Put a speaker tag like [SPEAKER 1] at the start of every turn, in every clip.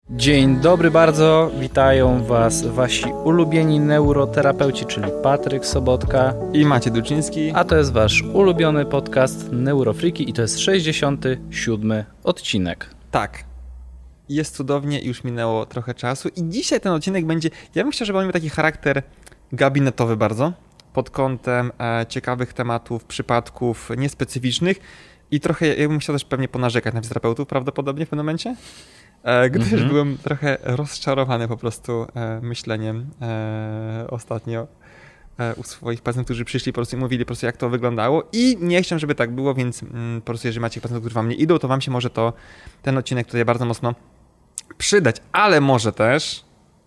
[SPEAKER 1] Dzień dobry bardzo, witają Was Wasi ulubieni neuroterapeuci, czyli Patryk Sobotka
[SPEAKER 2] i Maciej Duczyński,
[SPEAKER 1] a to jest Wasz ulubiony podcast Neurofreaki i to jest 67. odcinek.
[SPEAKER 2] Tak, jest cudownie, już minęło trochę czasu i dzisiaj ten odcinek będzie, ja bym chciał, żeby on miał taki charakter gabinetowy bardzo, pod kątem ciekawych tematów, przypadków niespecyficznych i trochę, ja bym chciał też pewnie ponarzekać na fizjoterapeutów prawdopodobnie w pewnym momencie. Gdyż byłem trochę rozczarowany po prostu myśleniem ostatnio u swoich pacjentów, którzy przyszli po prostu i mówili po prostu jak to wyglądało i nie chciałem, żeby tak było, więc po prostu jeżeli macie pacjentów, którzy wam nie idą, to wam się może ten odcinek tutaj bardzo mocno przydać, ale może też,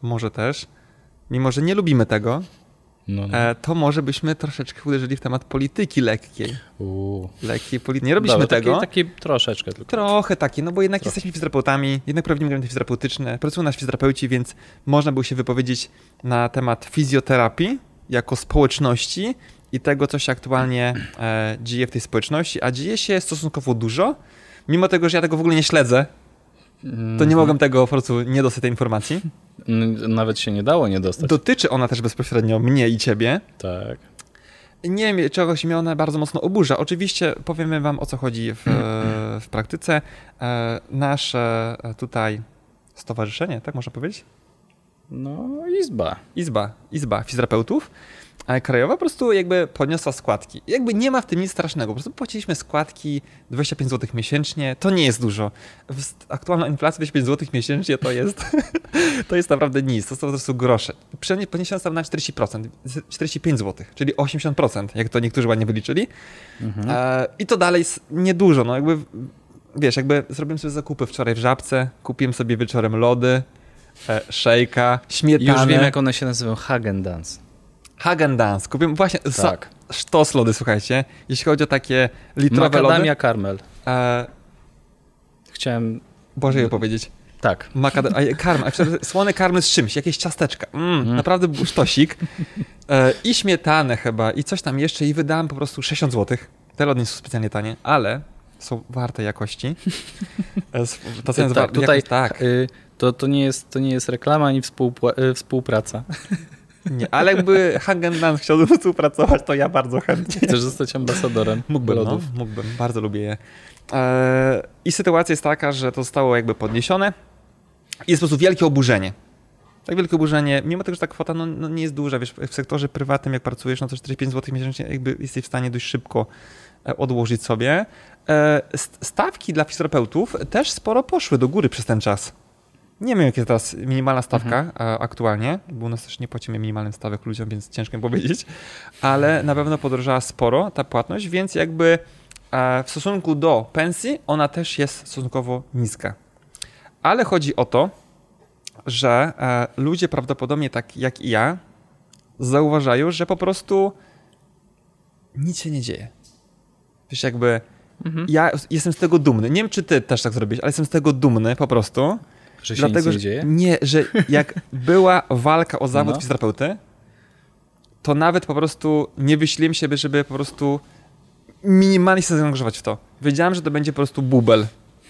[SPEAKER 2] mimo że nie lubimy tego, to może byśmy troszeczkę uderzyli w temat polityki lekkiej. Lekkiej polityki. Nie robiliśmy tego.
[SPEAKER 1] Takie troszeczkę tylko.
[SPEAKER 2] Trochę takie, no bo jednak jesteśmy fizjoterapeutami, jednak prowadzimy gremium fizjoterapeutyczne, pracują nasi fizjoterapeuci, więc można było się wypowiedzieć na temat fizjoterapii jako społeczności i tego, co się aktualnie dzieje w tej społeczności, a dzieje się stosunkowo dużo. Mimo tego, że ja tego w ogóle nie śledzę, to nie mogłem tego po prostu nie dostać tej informacji.
[SPEAKER 1] Nawet się nie dało nie dostać.
[SPEAKER 2] Dotyczy ona też bezpośrednio mnie i ciebie.
[SPEAKER 1] Tak.
[SPEAKER 2] Nie wiem, czegoś mnie ona bardzo mocno oburza. Oczywiście powiemy wam, o co chodzi w praktyce. Nasze tutaj stowarzyszenie, tak można powiedzieć?
[SPEAKER 1] No, Izba
[SPEAKER 2] fizjoterapeutów krajowa po prostu jakby podniosła składki. Jakby nie ma w tym nic strasznego. Po prostu płaciliśmy składki 25 zł miesięcznie. To nie jest dużo. Aktualna inflacja 25 zł miesięcznie to jest naprawdę nic. To są po prostu grosze. Przynajmniej podniesiona została na 40%, 45 zł, czyli 80%, jak to niektórzy ładnie wyliczyli. I to dalej jest niedużo. No jakby, wiesz, jakby zrobiłem sobie zakupy wczoraj w Żabce, kupiłem sobie wieczorem lody, szejka, śmietanę.
[SPEAKER 1] Już wiem, jak one się nazywają.
[SPEAKER 2] Häagen-Dazs. Kupiłem właśnie
[SPEAKER 1] tak.
[SPEAKER 2] Sztos lody, słuchajcie. Jeśli chodzi o takie litrowe lody.
[SPEAKER 1] Makadamia karmel. Chciałem...
[SPEAKER 2] Boże je powiedzieć.
[SPEAKER 1] Tak.
[SPEAKER 2] Karmel. Słony karmel z czymś. Jakieś ciasteczka. Naprawdę był sztosik. I śmietanę chyba. I coś tam jeszcze. I wydałem po prostu 60 zł. Te lody nie są specjalnie tanie, ale są warte jakości.
[SPEAKER 1] To nie jest reklama ani współpraca.
[SPEAKER 2] Nie, ale jakby Häagen-Dazs chciałby współpracować, to ja bardzo chętnie.
[SPEAKER 1] Chcesz zostać ambasadorem lodów?
[SPEAKER 2] Mógłbym, bardzo lubię je. I sytuacja jest taka, że to zostało jakby podniesione i jest po prostu wielkie oburzenie. Tak wielkie oburzenie, mimo tego, że ta kwota nie jest duża, wiesz, w sektorze prywatnym jak pracujesz, no to 45 zł miesięcznie jakby jesteś w stanie dość szybko odłożyć sobie. Stawki dla fizjoterapeutów też sporo poszły do góry przez ten czas. Nie wiem, jaka jest teraz minimalna stawka aktualnie, bo u nas też nie płacimy minimalnych stawek ludziom, więc ciężko mi powiedzieć, ale na pewno podrożała sporo ta płatność, więc jakby w stosunku do pensji ona też jest stosunkowo niska. Ale chodzi o to, że ludzie prawdopodobnie tak jak i ja zauważają, że po prostu nic się nie dzieje. Wiesz, jakby ja jestem z tego dumny. Nie wiem, czy ty też tak zrobisz, ale jestem z tego dumny po prostu.
[SPEAKER 1] Że się nic nie dzieje?
[SPEAKER 2] Nie, że jak była walka o zawód fizjoterapeuty, to nawet po prostu nie wyśliłem siebie, żeby po prostu minimalnie się zaangażować w to. Wiedziałem, że to będzie po prostu bubel.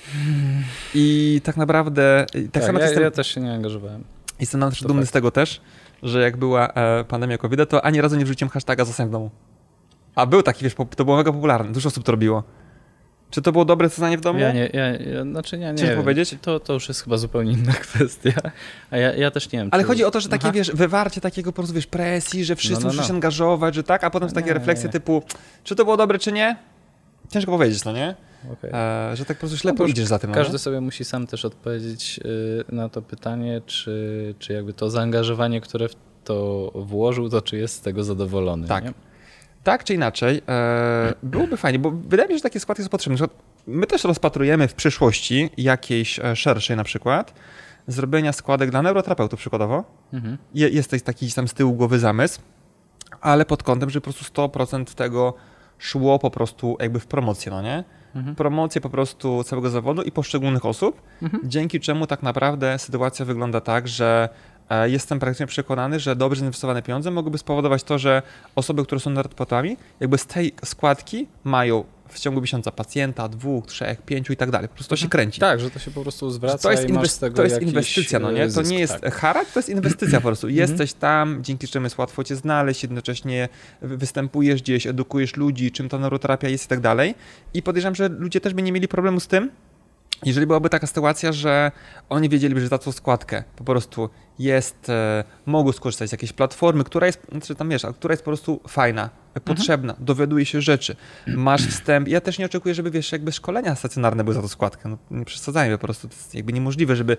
[SPEAKER 2] I tak naprawdę...
[SPEAKER 1] Ja też się nie angażowałem.
[SPEAKER 2] Jestem nawet dumny z tego też, że jak była pandemia COVID-a, to ani razu nie wrzuciłem hashtaga zostań w domu. A był taki, wiesz, to było mega popularne. Dużo osób to robiło. Czy to było dobre zostanie w domu?
[SPEAKER 1] Ja nie wiem.
[SPEAKER 2] Powiedzieć?
[SPEAKER 1] To już jest chyba zupełnie inna kwestia. A ja też nie wiem.
[SPEAKER 2] Ale chodzi o to, że takie, wiesz, wywarcie takiego po prostu, wiesz, presji, że wszyscy muszą się angażować, że tak, a potem są takie refleksje typu, czy to było dobre, czy nie? Ciężko powiedzieć, no nie?
[SPEAKER 1] Okay.
[SPEAKER 2] Że tak po prostu ślepo idziesz za tym.
[SPEAKER 1] Każdy sobie musi sam też odpowiedzieć na to pytanie, czy jakby to zaangażowanie, które w to włożył, to czy jest z tego zadowolony.
[SPEAKER 2] Tak.
[SPEAKER 1] Nie?
[SPEAKER 2] Tak czy inaczej, byłoby fajnie, bo wydaje mi się, że takie składki są potrzebne. My też rozpatrujemy w przyszłości jakiejś szerszej na przykład zrobienia składek dla neuroterapeutów przykładowo. Jest taki tam z tyłu głowy zamysł, ale pod kątem, że po prostu 100% tego szło po prostu jakby w promocję, no nie? Promocję po prostu całego zawodu i poszczególnych osób, dzięki czemu tak naprawdę sytuacja wygląda tak, że jestem praktycznie przekonany, że dobrze zainwestowane pieniądze mogłyby spowodować to, że osoby, które są neuroterapeutami, jakby z tej składki mają w ciągu miesiąca pacjenta, 2, 3, 5 i tak dalej. Po prostu to się kręci.
[SPEAKER 1] Tak, że to się po prostu zwraca
[SPEAKER 2] to jest
[SPEAKER 1] i masz z tego
[SPEAKER 2] to jest
[SPEAKER 1] jakiś
[SPEAKER 2] inwestycja, no nie?
[SPEAKER 1] zysk,
[SPEAKER 2] To nie jest
[SPEAKER 1] tak.
[SPEAKER 2] haracz, to jest inwestycja po prostu. Jesteś tam, dzięki czemu jest łatwo cię znaleźć, jednocześnie występujesz gdzieś, edukujesz ludzi, czym ta neuroterapia jest i tak dalej. I podejrzewam, że ludzie też by nie mieli problemu z tym, jeżeli byłaby taka sytuacja, że oni wiedzieliby, że za tą składkę po prostu jest, mogą skorzystać z jakiejś platformy, która jest, znaczy tam wiesz, która jest po prostu fajna, potrzebna, dowiaduje się rzeczy, masz wstęp. Ja też nie oczekuję, żeby wiesz, jakby szkolenia stacjonarne były za tą składkę. No, nie przesadzajmy, po prostu to jest jakby niemożliwe, żeby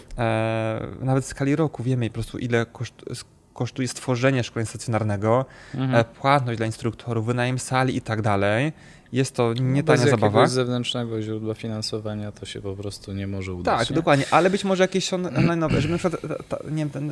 [SPEAKER 2] nawet w skali roku wiemy po prostu ile kosztuje stworzenie szkolenia stacjonarnego, płatność dla instruktorów, wynajem sali i tak dalej. Jest to nie tania zabawa.
[SPEAKER 1] Bez zewnętrznego źródła finansowania to się po prostu nie może udać.
[SPEAKER 2] Tak,
[SPEAKER 1] nie?
[SPEAKER 2] dokładnie, ale być może jakieś online'owe, żeby na przykład, nie wiem,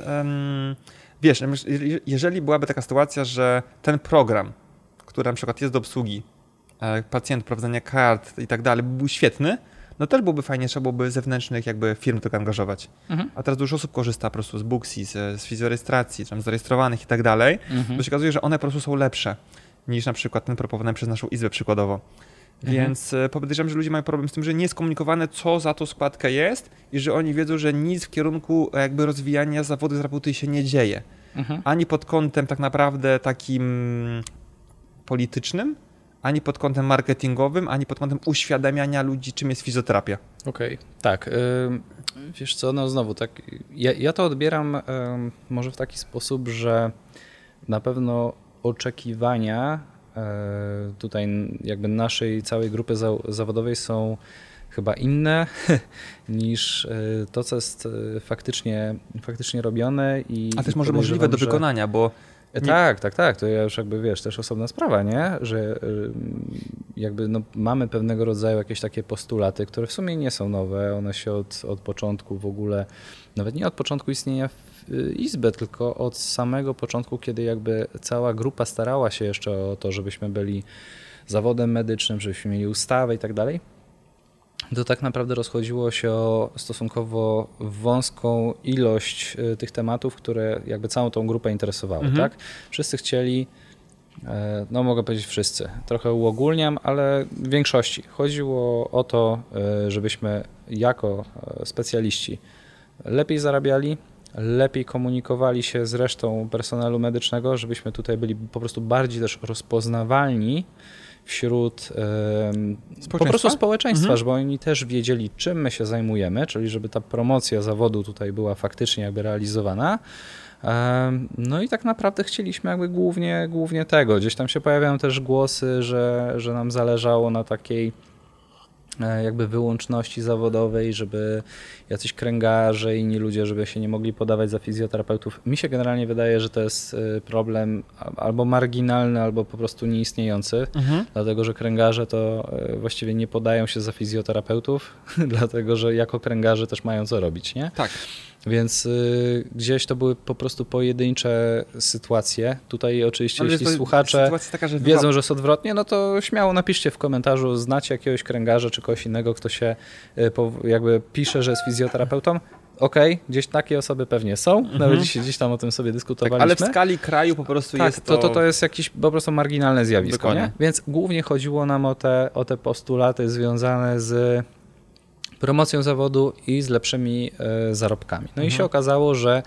[SPEAKER 2] wiesz, jeżeli byłaby taka sytuacja, że ten program, który na przykład jest do obsługi pacjentów, prowadzenia kart i tak dalej, był świetny, no też byłoby fajnie, trzeba byłoby zewnętrznych jakby firm tylko angażować. A teraz dużo osób korzysta po prostu z Booksy, z fizjorejestracji, tam zarejestrowanych i tak dalej, bo się okazuje, że one po prostu są lepsze niż na przykład ten proponowany przez naszą izbę przykładowo. Więc podejrzewam, że ludzie mają problem z tym, że nie jest komunikowane, co za tą składkę jest i że oni wiedzą, że nic w kierunku jakby rozwijania zawodu terapeuty się nie dzieje. Ani pod kątem tak naprawdę takim politycznym, ani pod kątem marketingowym, ani pod kątem uświadamiania ludzi, czym jest fizjoterapia.
[SPEAKER 1] Okej, tak. Wiesz co, no znowu, tak, ja to odbieram może w taki sposób, że na pewno oczekiwania tutaj jakby naszej całej grupy zawodowej są chyba inne niż to, co jest faktycznie robione.
[SPEAKER 2] A też może możliwe do wykonania, bo...
[SPEAKER 1] Tak. To ja już jakby wiesz, też osobna sprawa, nie? Że jakby no, mamy pewnego rodzaju jakieś takie postulaty, które w sumie nie są nowe. One się od początku w ogóle, nawet nie od początku istnienia Izby, tylko od samego początku, kiedy jakby cała grupa starała się jeszcze o to, żebyśmy byli zawodem medycznym, żebyśmy mieli ustawę i tak dalej. To tak naprawdę rozchodziło się o stosunkowo wąską ilość tych tematów, które jakby całą tą grupę interesowały. Tak? Wszyscy chcieli, no mogę powiedzieć wszyscy, trochę uogólniam, ale w większości chodziło o to, żebyśmy jako specjaliści lepiej zarabiali, lepiej komunikowali się z resztą personelu medycznego, żebyśmy tutaj byli po prostu bardziej też rozpoznawalni wśród po prostu społeczeństwa, żeby oni też wiedzieli, czym my się zajmujemy, czyli żeby ta promocja zawodu tutaj była faktycznie jakby realizowana. No i tak naprawdę chcieliśmy jakby głównie tego. Gdzieś tam się pojawiają też głosy, że nam zależało na takiej jakby wyłączności zawodowej, żeby jacyś kręgarze i inni ludzie, żeby się nie mogli podawać za fizjoterapeutów. Mi się generalnie wydaje, że to jest problem albo marginalny, albo po prostu nieistniejący, dlatego że kręgarze to właściwie nie podają się za fizjoterapeutów, dlatego że jako kręgarze też mają co robić, nie?
[SPEAKER 2] Tak.
[SPEAKER 1] Więc gdzieś to były po prostu pojedyncze sytuacje. Tutaj oczywiście, jeśli słuchacze taka, wiedzą, że jest odwrotnie, no to śmiało napiszcie w komentarzu, znacie jakiegoś kręgarza czy kogoś innego, kto się jakby pisze, że jest fizjoterapeutą. Okej, gdzieś takie osoby pewnie są, nawet gdzieś tam o tym sobie dyskutowaliśmy.
[SPEAKER 2] Tak, ale w skali kraju po prostu
[SPEAKER 1] tak,
[SPEAKER 2] jest to...
[SPEAKER 1] to jest jakieś po prostu marginalne zjawisko, nie? Więc głównie chodziło nam o te postulaty związane z promocją zawodu i z lepszymi zarobkami. No i się okazało, że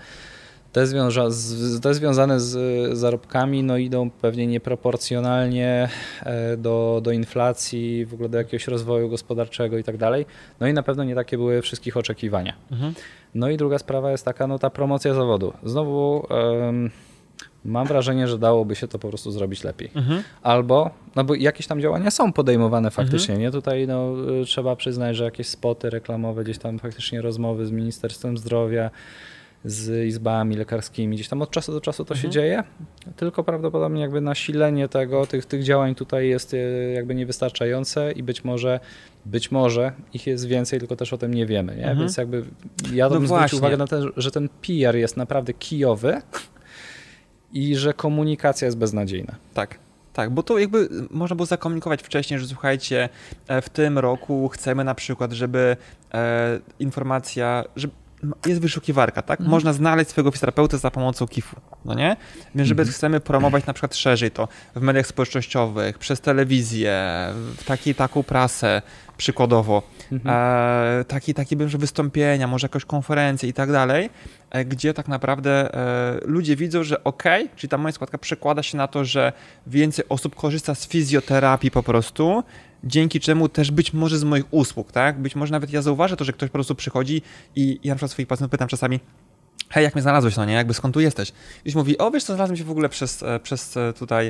[SPEAKER 1] te związane z zarobkami no idą pewnie nieproporcjonalnie do inflacji, w ogóle do jakiegoś rozwoju gospodarczego i tak dalej. No i na pewno nie takie były wszystkich oczekiwania. No i druga sprawa jest taka, no ta promocja zawodu. Znowu mam wrażenie, że dałoby się to po prostu zrobić lepiej. Albo, no bo jakieś tam działania są podejmowane faktycznie, nie? Tutaj no, trzeba przyznać, że jakieś spoty reklamowe, gdzieś tam faktycznie rozmowy z Ministerstwem Zdrowia, z izbami lekarskimi, gdzieś tam od czasu do czasu to się dzieje, tylko prawdopodobnie jakby nasilenie tych działań tutaj jest jakby niewystarczające i być może ich jest więcej, tylko też o tym nie wiemy, nie? Więc jakby ja bym zwrócił uwagę na to, że ten PR jest naprawdę kijowy i że komunikacja jest beznadziejna.
[SPEAKER 2] Tak, bo to jakby można było zakomunikować wcześniej, że słuchajcie, w tym roku chcemy na przykład, żeby informacja, jest wyszukiwarka, tak? Można znaleźć swojego fizjoterapeutę za pomocą KIF-u, no nie? Więc żeby chcemy promować na przykład szerzej to w mediach społecznościowych, przez telewizję, taką prasę przykładowo, takie że wystąpienia, może jakąś konferencję i tak dalej, gdzie tak naprawdę ludzie widzą, że czyli ta moja składka przekłada się na to, że więcej osób korzysta z fizjoterapii po prostu, dzięki czemu też być może z moich usług, tak? Być może nawet ja zauważę to, że ktoś po prostu przychodzi i ja na przykład swoich pacjentów pytam czasami: hej, jak mnie znalazłeś, no nie? Jakby skąd tu jesteś? I mówi: wiesz co, znalazłem się w ogóle przez tutaj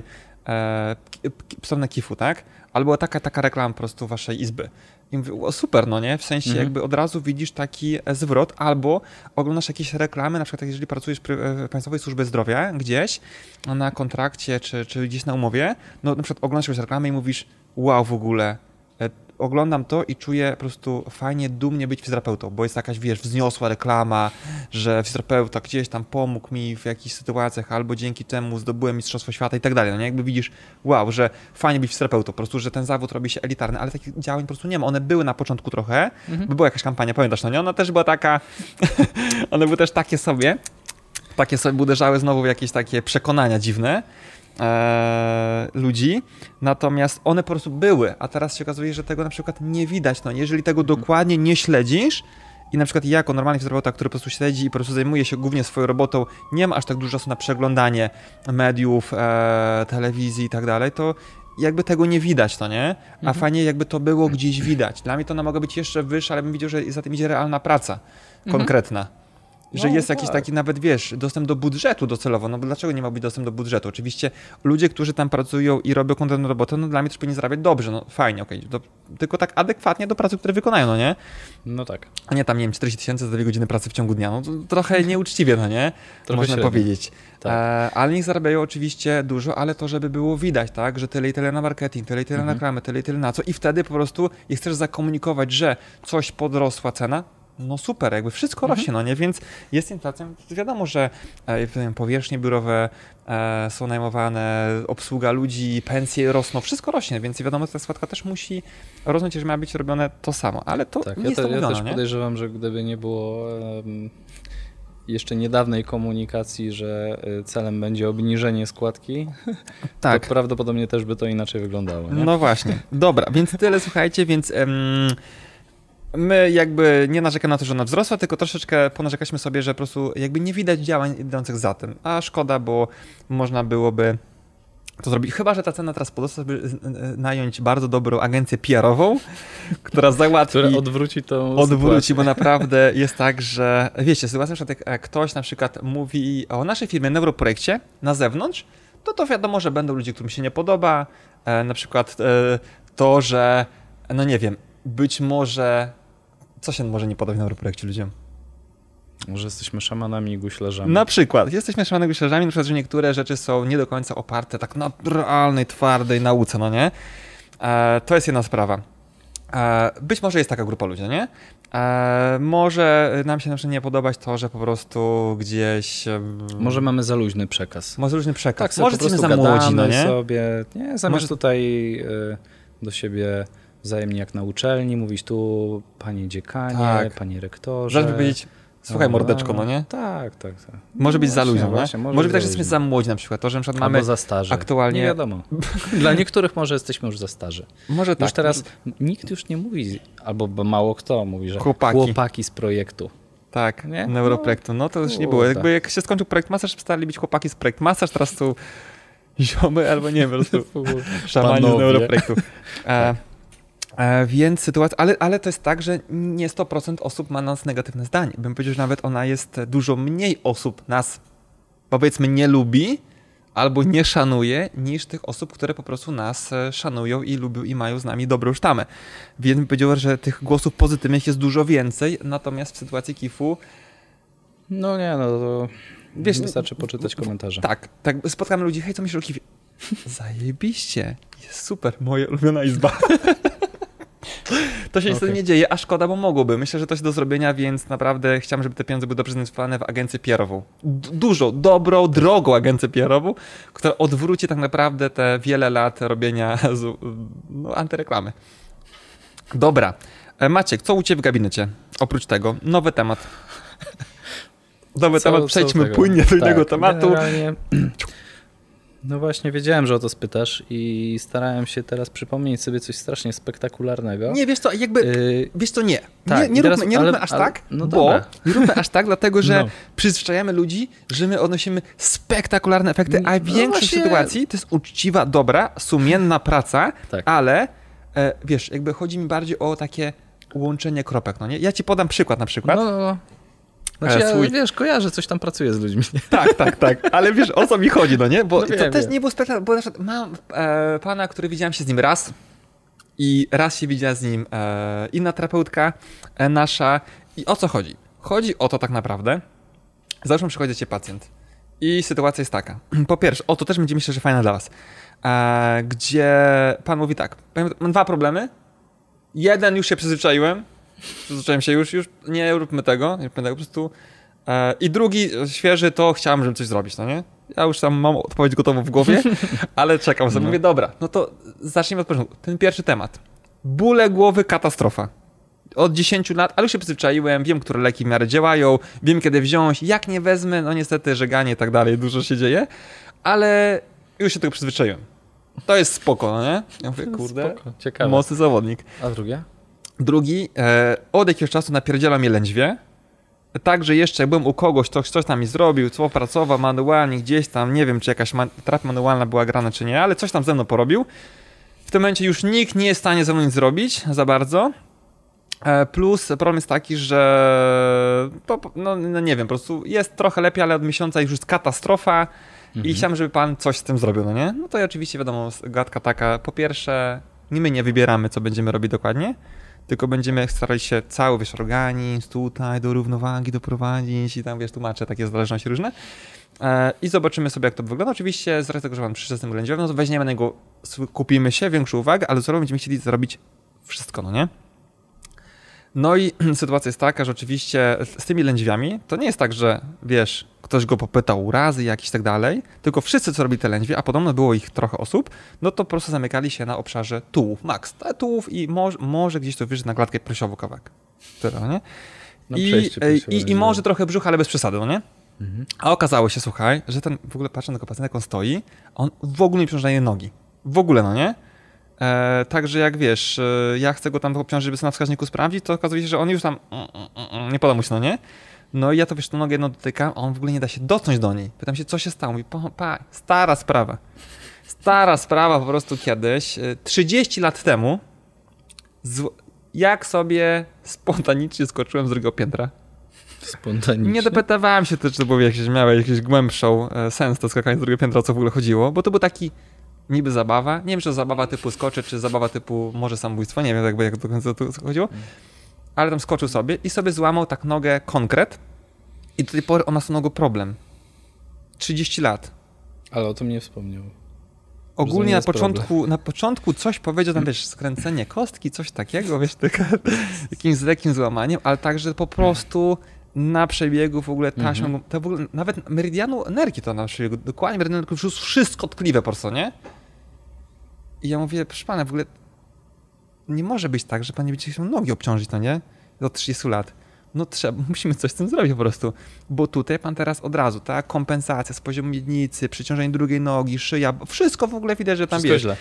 [SPEAKER 2] stronę KIF-u, tak? Albo taka reklama po prostu waszej izby. I mówię: super, no nie? W sensie jakby od razu widzisz taki zwrot, albo oglądasz jakieś reklamy, na przykład jeżeli pracujesz w Państwowej Służbie Zdrowia gdzieś na kontrakcie, czy gdzieś na umowie, no na przykład oglądasz jakąś reklamę i mówisz: wow, w ogóle oglądam to i czuję po prostu fajnie, dumnie być fizjoterapeutą, bo jest jakaś, wzniosła reklama, że fizjoterapeuta gdzieś tam pomógł mi w jakichś sytuacjach, albo dzięki temu zdobyłem Mistrzostwo Świata i tak dalej. No nie? Jakby widzisz: wow, że fajnie być fizjoterapeutą, po prostu, że ten zawód robi się elitarny, ale takich działań po prostu nie ma. One były na początku trochę, bo była jakaś kampania, pamiętasz, no nie? Ona też była taka, one były też takie sobie uderzały znowu w jakieś takie przekonania dziwne ludzi, natomiast one po prostu były, a teraz się okazuje, że tego na przykład nie widać. No, jeżeli tego dokładnie nie śledzisz i na przykład jako normalny fizjoterapeuta, który po prostu śledzi i po prostu zajmuje się głównie swoją robotą, nie ma aż tak dużo czasu na przeglądanie mediów, telewizji i tak dalej, to jakby tego nie widać, no nie? A fajnie jakby to było gdzieś widać. Dla mnie to mogło być jeszcze wyższe, ale bym widział, że za tym idzie realna praca konkretna. Że jest jakiś taki nawet, dostęp do budżetu docelowo. No bo dlaczego nie ma być dostęp do budżetu? Oczywiście ludzie, którzy tam pracują i robią konkretną robotę, no dla mnie też powinni zarabiać dobrze, no fajnie, tylko tak adekwatnie do pracy, które wykonają, no nie?
[SPEAKER 1] No tak.
[SPEAKER 2] A nie tam, 40 000 za 2 godziny pracy w ciągu dnia, no to trochę nieuczciwie, no nie?
[SPEAKER 1] Trochę
[SPEAKER 2] można
[SPEAKER 1] średnio.
[SPEAKER 2] powiedzieć.
[SPEAKER 1] Tak.
[SPEAKER 2] Ale niech zarabiają oczywiście dużo, ale to, żeby było widać, tak? Że tyle i tyle na marketing, tyle i tyle na reklamę, tyle i tyle na co, i wtedy po prostu jak chcesz zakomunikować, że coś podrosła cena, no super, jakby wszystko rośnie, no nie? Więc jest inflacja. Wiadomo, że powierzchnie biurowe są najmowane, obsługa ludzi, pensje rosną, wszystko rośnie, więc wiadomo, że ta składka też musi rosnąć, jeżeli ma być robione to samo, ale to nie jest to mówione,
[SPEAKER 1] ja też podejrzewam, że gdyby nie było jeszcze niedawnej komunikacji, że celem będzie obniżenie składki, to prawdopodobnie też by to inaczej wyglądało, nie?
[SPEAKER 2] No właśnie. Dobra, więc tyle, słuchajcie, więc my jakby nie narzekamy na to, że ona wzrosła, tylko troszeczkę ponarzekaliśmy sobie, że po prostu jakby nie widać działań idących za tym. A szkoda, bo można byłoby to zrobić. Chyba że ta cena teraz podostać, by nająć bardzo dobrą agencję PR-ową, która załatwi...
[SPEAKER 1] Która odwróci tą sytuację.
[SPEAKER 2] Bo naprawdę jest tak, że wiecie, sytuacja, że jak ktoś na przykład mówi o naszej firmie Neuroprojekcie na zewnątrz, to wiadomo, że będą ludzie, którym się nie podoba. Na przykład to, że no nie wiem, być może... Co się może nie podoba w Neuroprojekcie ludziom?
[SPEAKER 1] Może jesteśmy szamanami i guślarzami.
[SPEAKER 2] Na przykład. Jesteśmy szamanami i guślarzami, na przykład, że niektóre rzeczy są nie do końca oparte tak na realnej, twardej nauce, no nie? To jest jedna sprawa. Być może jest taka grupa ludzi, no nie? Może nam się na przykład nie podobać to, że po prostu gdzieś...
[SPEAKER 1] Może mamy za luźny przekaz.
[SPEAKER 2] Może luźny przekaz.
[SPEAKER 1] Tak,
[SPEAKER 2] może jesteśmy za młodzi, no nie?
[SPEAKER 1] Sobie, nie, zamiast tutaj do siebie wzajemnie jak na uczelni, mówić tu panie dziekanie, panie rektorze.
[SPEAKER 2] Żeby powiedzieć: słuchaj, mordeczko, no nie?
[SPEAKER 1] Tak.
[SPEAKER 2] Może być za luźno,
[SPEAKER 1] właśnie,
[SPEAKER 2] może być tak, że jesteśmy za młodzi na przykład. To, że na przykład mamy
[SPEAKER 1] za starzy.
[SPEAKER 2] Aktualnie...
[SPEAKER 1] Nie wiadomo. Dla niektórych może jesteśmy już za starzy.
[SPEAKER 2] Może tak.
[SPEAKER 1] Już teraz nikt już nie mówi, albo mało kto mówi, że chłopaki z projektu.
[SPEAKER 2] Tak, nie? Neuroprojektu. No to już nie było. Jakby jak się skończył projekt Masaż, przestali być chłopaki z projekt Masaż, teraz tu ziomy albo nie wiem, po prostu szamani z Neuroprojektu. Więc sytuacja, ale to jest tak, że nie 100% osób ma nas negatywne zdanie. Bym powiedział, że nawet ona jest dużo mniej osób nas, powiedzmy, nie lubi albo nie szanuje, niż tych osób, które po prostu nas szanują i lubią i mają z nami dobrą sztamę. Więc bym powiedział, że tych głosów pozytywnych jest dużo więcej, natomiast w sytuacji KIF-u...
[SPEAKER 1] No nie, to wystarczy poczytać komentarze.
[SPEAKER 2] Tak, spotkamy ludzi: hej, co myślisz o KIF-ie? Zajebiście, jest super, moja ulubiona izba. To się niestety nie dzieje, a szkoda, bo mogłoby. Myślę, że to jest do zrobienia, więc naprawdę chciałem, żeby te pieniądze były dobrze zainwestowane w agencję PR-ową. Dużo, dobrą, drogą agencję PR-ową, która odwróci tak naprawdę te wiele lat robienia antyreklamy. Dobra. Maciek, co u Ciebie w gabinecie? Oprócz tego, nowy temat. Nowy temat, przejdźmy płynnie do innego tematu.
[SPEAKER 1] No właśnie, wiedziałem, że o to spytasz i starałem się teraz przypomnieć sobie coś strasznie spektakularnego.
[SPEAKER 2] Nie, wiesz co, wiesz co, nie.
[SPEAKER 1] Tak,
[SPEAKER 2] nie róbmy aż tak,
[SPEAKER 1] no
[SPEAKER 2] bo nie róbmy aż tak, dlatego że przyzwyczajamy ludzi, że my odnosimy spektakularne efekty, a w większości sytuacji to jest uczciwa, dobra, sumienna praca, ale wiesz, jakby chodzi mi bardziej o takie łączenie kropek, no nie? Ja ci podam przykład na przykład.
[SPEAKER 1] Znaczy wiesz, kojarzę, coś tam pracuję z ludźmi.
[SPEAKER 2] Tak, ale wiesz, o co mi chodzi, no nie? Bo
[SPEAKER 1] wiem,
[SPEAKER 2] to też nie było spektakularne, bo na przykład mam pana, który widziałem się z nim raz i raz się widziała z nim inna terapeutka nasza i o co chodzi? Chodzi o to tak naprawdę, załóżmy przychodzi do ciebie pacjent i sytuacja jest taka, po pierwsze, to też będzie myślę, że fajna dla was, gdzie pan mówi tak, mam 2 problemy, jeden już się przyzwyczaiłem się już nie róbmy tego, po prostu. I drugi, świeży, to chciałem, żeby coś zrobić, no nie? Ja już tam mam odpowiedź gotową w głowie, ale czekam sobie, mówię, dobra, no to zacznijmy od początku. Ten pierwszy temat. Bóle głowy, katastrofa. Od 10 lat, ale już się przyzwyczaiłem, wiem, które leki w miarę działają, wiem, kiedy wziąć, jak nie wezmę, no niestety żeganie i tak dalej, dużo się dzieje, ale już się tego przyzwyczaiłem. To jest spoko, no nie? Ja mówię, kurde,
[SPEAKER 1] ciekawe.
[SPEAKER 2] Mocny zawodnik.
[SPEAKER 1] A drugie?
[SPEAKER 2] Drugi, od jakiegoś czasu napierdziela mnie lędźwie, tak, że jeszcze jak byłem u kogoś, to coś tam mi zrobił, co pracował manualnie gdzieś tam, nie wiem, czy jakaś terapia manualna była grana, czy nie, ale coś tam ze mną porobił. W tym momencie już nikt nie jest w stanie ze mną nic zrobić za bardzo, plus problem jest taki, że no nie wiem, po prostu jest trochę lepiej, ale od miesiąca już jest katastrofa i chciałem, żeby pan coś z tym zrobił, no nie? No to i oczywiście wiadomo, gadka taka, po pierwsze, my nie wybieramy, co będziemy robić dokładnie, tylko będziemy starali się cały, wiesz, organizm tutaj do równowagi doprowadzić i tam, wiesz, tłumaczę takie zależności różne i zobaczymy sobie, jak to wygląda. Oczywiście z racji tego, że mam przyszedł z tym lędźwiowym, no to weźmiemy na niego, kupimy się, większą uwagę, ale co będziemy chcieli zrobić wszystko, no nie? No i sytuacja jest taka, że oczywiście z tymi lędźwiami to nie jest tak, że wiesz, ktoś go popytał razy jakiś tak dalej, tylko wszyscy, co robili te lędźwie, a podobno było ich trochę osób, no to po prostu zamykali się na obszarze tułów, max, tułów i może gdzieś to wyżej na klatkę piersiową kawałek. Tyle, no nie? I może trochę brzucha, ale bez przesady, no nie? A okazało się, słuchaj, że ten, w ogóle patrzę na tego pacjenta, jak on stoi, on w ogóle nie przężaje nogi. W ogóle, no nie? Także jak wiesz, ja chcę go tam obciążyć, żeby sobie na wskaźniku sprawdzić, to okazuje się, że on już tam nie poda mu się, no nie? No i ja to wiesz, tą nogę jedną dotykam, a on w ogóle nie da się dotknąć do niej. Pytam się, co się stało? Mówi, stara sprawa. Stara sprawa po prostu kiedyś, 30 lat temu, jak sobie spontanicznie skoczyłem z drugiego piętra.
[SPEAKER 1] Spontanicznie?
[SPEAKER 2] Nie dopytywałem się, czy to było miało jakiś głębszą sens to skakanie z drugiego piętra, o co w ogóle chodziło, bo to był taki niby zabawa. Nie wiem, czy to zabawa typu skoczy, czy zabawa typu może samobójstwo. Nie wiem jakby jak do końca to chodziło. Ale tam skoczył sobie i sobie złamał tak nogę konkret. I do tej pory on ma z tą nogą problem. 30 lat.
[SPEAKER 1] Ale o tym nie wspomniał.
[SPEAKER 2] Ogólnie na początku coś powiedział tam, wiesz, skręcenie kostki, coś takiego, wiesz, jakimś lekkim złamaniem, ale także po prostu na przebiegu w ogóle taśmą, to w ogóle nawet meridianu energii to na przebiegu, dokładnie meridianu energii, wszystko tkliwe po prostu, nie? I ja mówię, proszę pana, w ogóle nie może być tak, że pan nie będzie chciał nogi obciążyć, no nie? Do 30 lat. No musimy coś z tym zrobić po prostu, bo tutaj pan teraz od razu, tak, kompensacja z poziomu miednicy, przyciążenie drugiej nogi, szyja, wszystko w ogóle widać, że tam
[SPEAKER 1] wszystko
[SPEAKER 2] wiesz.
[SPEAKER 1] Źle.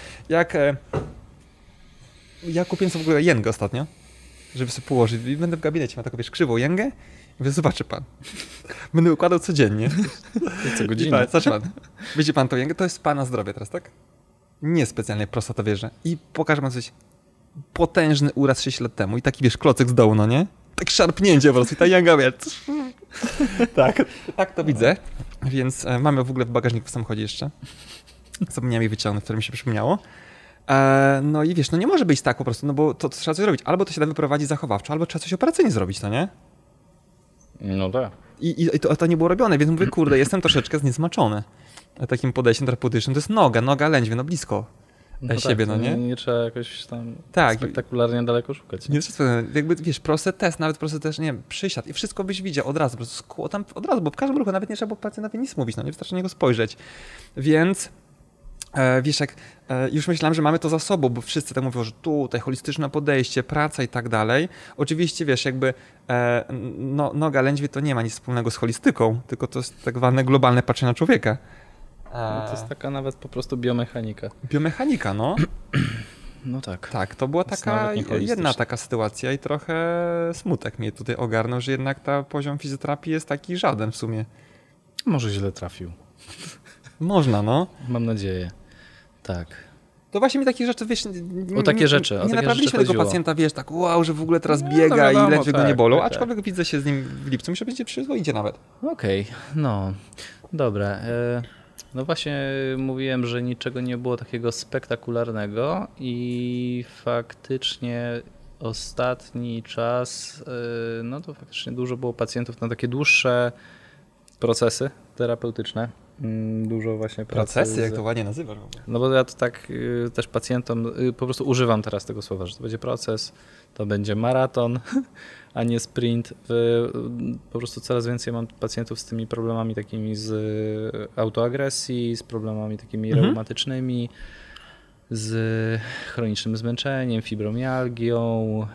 [SPEAKER 2] Ja kupiłem sobie w ogóle jęgę ostatnio, żeby sobie położyć i będę w gabinecie, ma taką, wiesz, krzywą jęgę i mówię, zobaczy pan, będę układał codziennie.
[SPEAKER 1] Co godzinę.
[SPEAKER 2] Zobaczy pan, widzi pan tą jęgę, to jest pana zdrowie teraz, tak? Nie specjalnie prostatowierze i pokażę pan coś, potężny uraz 6 lat temu i taki, wiesz, klocek z dołu, no nie? Tak szarpnięcie po prostu i ta janga, wiesz. Tak to widzę, więc mamy w ogóle w bagażniku w samochodzie jeszcze. Zapomniałem jej wyciągnąć, które mi się przypomniało. No i wiesz, no nie może być tak po prostu, no bo to trzeba coś robić. Albo to się da wyprowadzić zachowawczo, albo trzeba coś operacyjnie zrobić, no nie?
[SPEAKER 1] No tak.
[SPEAKER 2] I to nie było robione, więc mówię, kurde, jestem troszeczkę zniesmaczony takim podejściem terapeutycznym. To jest noga lędźwie, no blisko. Siebie,
[SPEAKER 1] tak,
[SPEAKER 2] no nie?
[SPEAKER 1] Nie trzeba jakoś tam
[SPEAKER 2] tak,
[SPEAKER 1] spektakularnie daleko szukać.
[SPEAKER 2] Nie trzeba, jakby wiesz, prosty test, nawet prosty test, nie wiem, przysiad i wszystko byś widział od razu, po prostu tam od razu, bo w każdym ruchu nawet nie trzeba było pacjentowi nic mówić, no nie wystarczy na niego spojrzeć. Więc Wiesz, jak już myślałem, że mamy to za sobą, bo wszyscy tak mówią, że tutaj holistyczne podejście, praca i tak dalej. Oczywiście, wiesz, jakby noga lędźwie to nie ma nic wspólnego z holistyką, tylko to jest tak zwane globalne patrzenie na człowieka.
[SPEAKER 1] No to jest taka nawet po prostu biomechanika.
[SPEAKER 2] Biomechanika, no.
[SPEAKER 1] No tak.
[SPEAKER 2] Tak, to była taka jedna taka sytuacja i trochę smutek mnie tutaj ogarnął, że jednak ta poziom fizjoterapii jest taki żaden w sumie.
[SPEAKER 1] Może źle trafił.
[SPEAKER 2] Można, no.
[SPEAKER 1] Mam nadzieję. Tak.
[SPEAKER 2] To właśnie mi takich rzeczy, wiesz,
[SPEAKER 1] o takie rzeczy.
[SPEAKER 2] Nie naprawiliśmy tego pacjenta, wiesz, tak wow, że w ogóle teraz biega i lędźwie go nie bolą, aczkolwiek widzę się z nim w lipcu, myślę, że będzie przyzwoicie nawet.
[SPEAKER 1] Okej, no, dobra. No właśnie mówiłem, że niczego nie było takiego spektakularnego i faktycznie ostatni czas, no to faktycznie dużo było pacjentów na takie dłuższe procesy terapeutyczne. Dużo właśnie pracy.
[SPEAKER 2] Procesy, jak to ładnie nazywasz?
[SPEAKER 1] No bo ja to tak też pacjentom po prostu używam teraz tego słowa, że to będzie proces, to będzie maraton, a nie sprint. Po prostu coraz więcej mam pacjentów z tymi problemami takimi z autoagresji, z problemami takimi reumatycznymi, z chronicznym zmęczeniem, fibromialgią,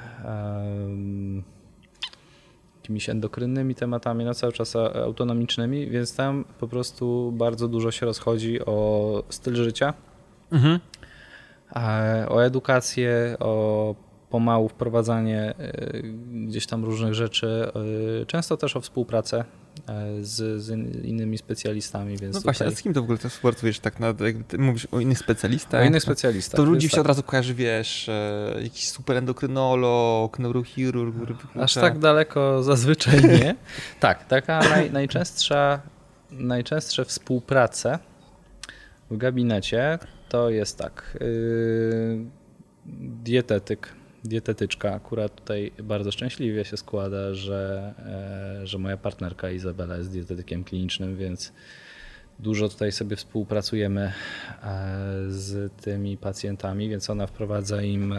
[SPEAKER 1] jakimiś endokrynnymi tematami, no cały czas autonomicznymi, więc tam po prostu bardzo dużo się rozchodzi o styl życia, o edukację, o pomału wprowadzanie gdzieś tam różnych rzeczy, często też o współpracę z innymi specjalistami. Więc
[SPEAKER 2] no właśnie, a z kim to w ogóle to współpracujesz? Tak, jak mówisz o innych specjalistach?
[SPEAKER 1] O innych specjalistach.
[SPEAKER 2] To ludzi się od razu kojarzy, wiesz, jakiś super endokrynolog, neurochirurg.
[SPEAKER 1] Aż tak daleko zazwyczaj nie. Tak, taka najczęstsze współprace w gabinecie to jest tak, dietetyczka. Akurat tutaj bardzo szczęśliwie się składa, że moja partnerka Izabela jest dietetykiem klinicznym, więc dużo tutaj sobie współpracujemy z tymi pacjentami, więc ona wprowadza im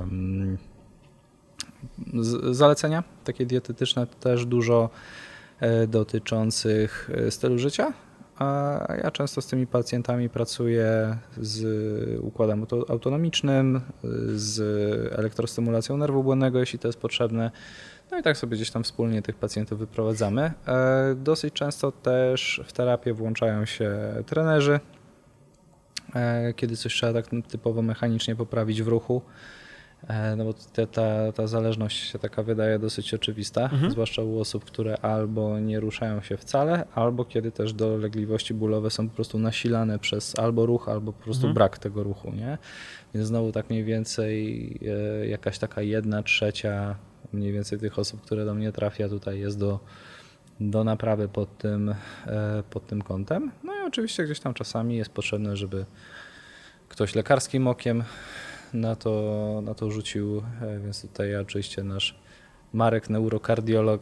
[SPEAKER 1] zalecenia takie dietetyczne, też dużo dotyczących stylu życia. A ja często z tymi pacjentami pracuję z układem autonomicznym, z elektrostymulacją nerwu błonnego, jeśli to jest potrzebne. No i tak sobie gdzieś tam wspólnie tych pacjentów wyprowadzamy. Dosyć często też w terapię włączają się trenerzy, kiedy coś trzeba tak typowo mechanicznie poprawić w ruchu. No bo ta zależność się taka wydaje dosyć oczywista, zwłaszcza u osób, które albo nie ruszają się wcale, albo kiedy też dolegliwości bólowe są po prostu nasilane przez albo ruch, albo po prostu brak tego ruchu, nie? Więc znowu tak mniej więcej jakaś taka 1/3 mniej więcej tych osób, które do mnie trafia, tutaj jest do naprawy pod tym kątem. No i oczywiście gdzieś tam czasami jest potrzebne, żeby ktoś lekarskim okiem na to rzucił, więc tutaj oczywiście nasz Marek, neurokardiolog,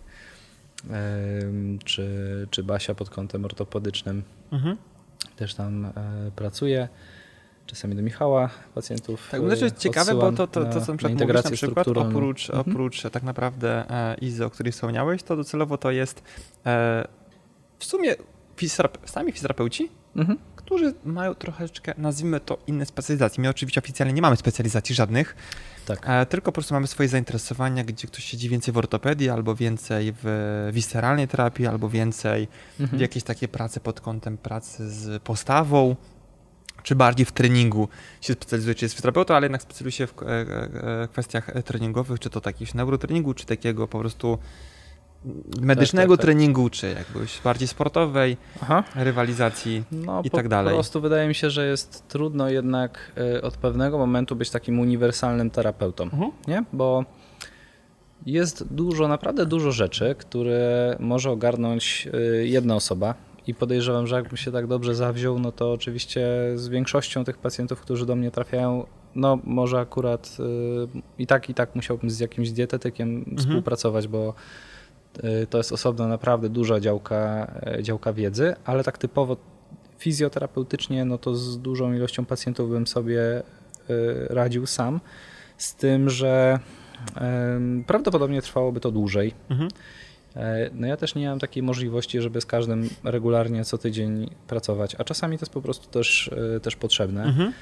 [SPEAKER 1] czy Basia pod kątem ortopedycznym też tam pracuje. Czasami do Michała pacjentów.
[SPEAKER 2] Tak, myślę, że jest ciekawe, bo to co mówisz na przykład oprócz tak naprawdę IZO, o której wspomniałeś, to docelowo to jest w sumie sami fizjoterapeuci, którzy mają troszeczkę, nazwijmy to, inne specjalizacje. My oczywiście oficjalnie nie mamy specjalizacji żadnych, tylko po prostu mamy swoje zainteresowania, gdzie ktoś siedzi więcej w ortopedii, albo więcej w visceralnej terapii, albo więcej w jakieś takie prace pod kątem pracy z postawą, czy bardziej w treningu się specjalizuje, czy jest fizjoterapeutą, ale jednak specjalizuje się w kwestiach treningowych, czy to takiego neurotreningu, czy takiego po prostu medycznego treningu, czy jakbyś bardziej sportowej, rywalizacji i tak dalej.
[SPEAKER 1] Po prostu wydaje mi się, że jest trudno jednak od pewnego momentu być takim uniwersalnym terapeutą, nie? Bo jest naprawdę dużo rzeczy, które może ogarnąć jedna osoba i podejrzewam, że jakbym się tak dobrze zawziął, no to oczywiście z większością tych pacjentów, którzy do mnie trafiają, no może akurat i tak musiałbym z jakimś dietetykiem współpracować, bo to jest osobna naprawdę duża działka wiedzy, ale tak typowo fizjoterapeutycznie, no to z dużą ilością pacjentów bym sobie radził sam, z tym, że prawdopodobnie trwałoby to dłużej No ja też nie mam takiej możliwości, żeby z każdym regularnie co tydzień pracować, a czasami to jest po prostu też potrzebne.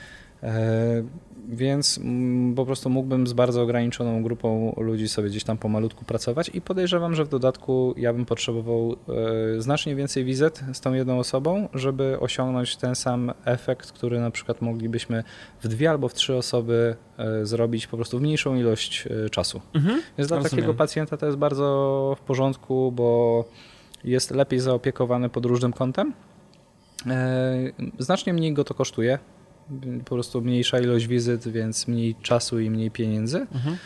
[SPEAKER 1] Więc po prostu mógłbym z bardzo ograniczoną grupą ludzi sobie gdzieś tam pomalutku pracować i podejrzewam, że w dodatku ja bym potrzebował znacznie więcej wizyt z tą jedną osobą, żeby osiągnąć ten sam efekt, który na przykład moglibyśmy w 2 albo w 3 osoby zrobić po prostu w mniejszą ilość czasu. Więc dla takiego pacjenta to jest bardzo w porządku, bo jest lepiej zaopiekowany pod różnym kątem. Znacznie mniej go to kosztuje. Po prostu mniejsza ilość wizyt, więc mniej czasu i mniej pieniędzy.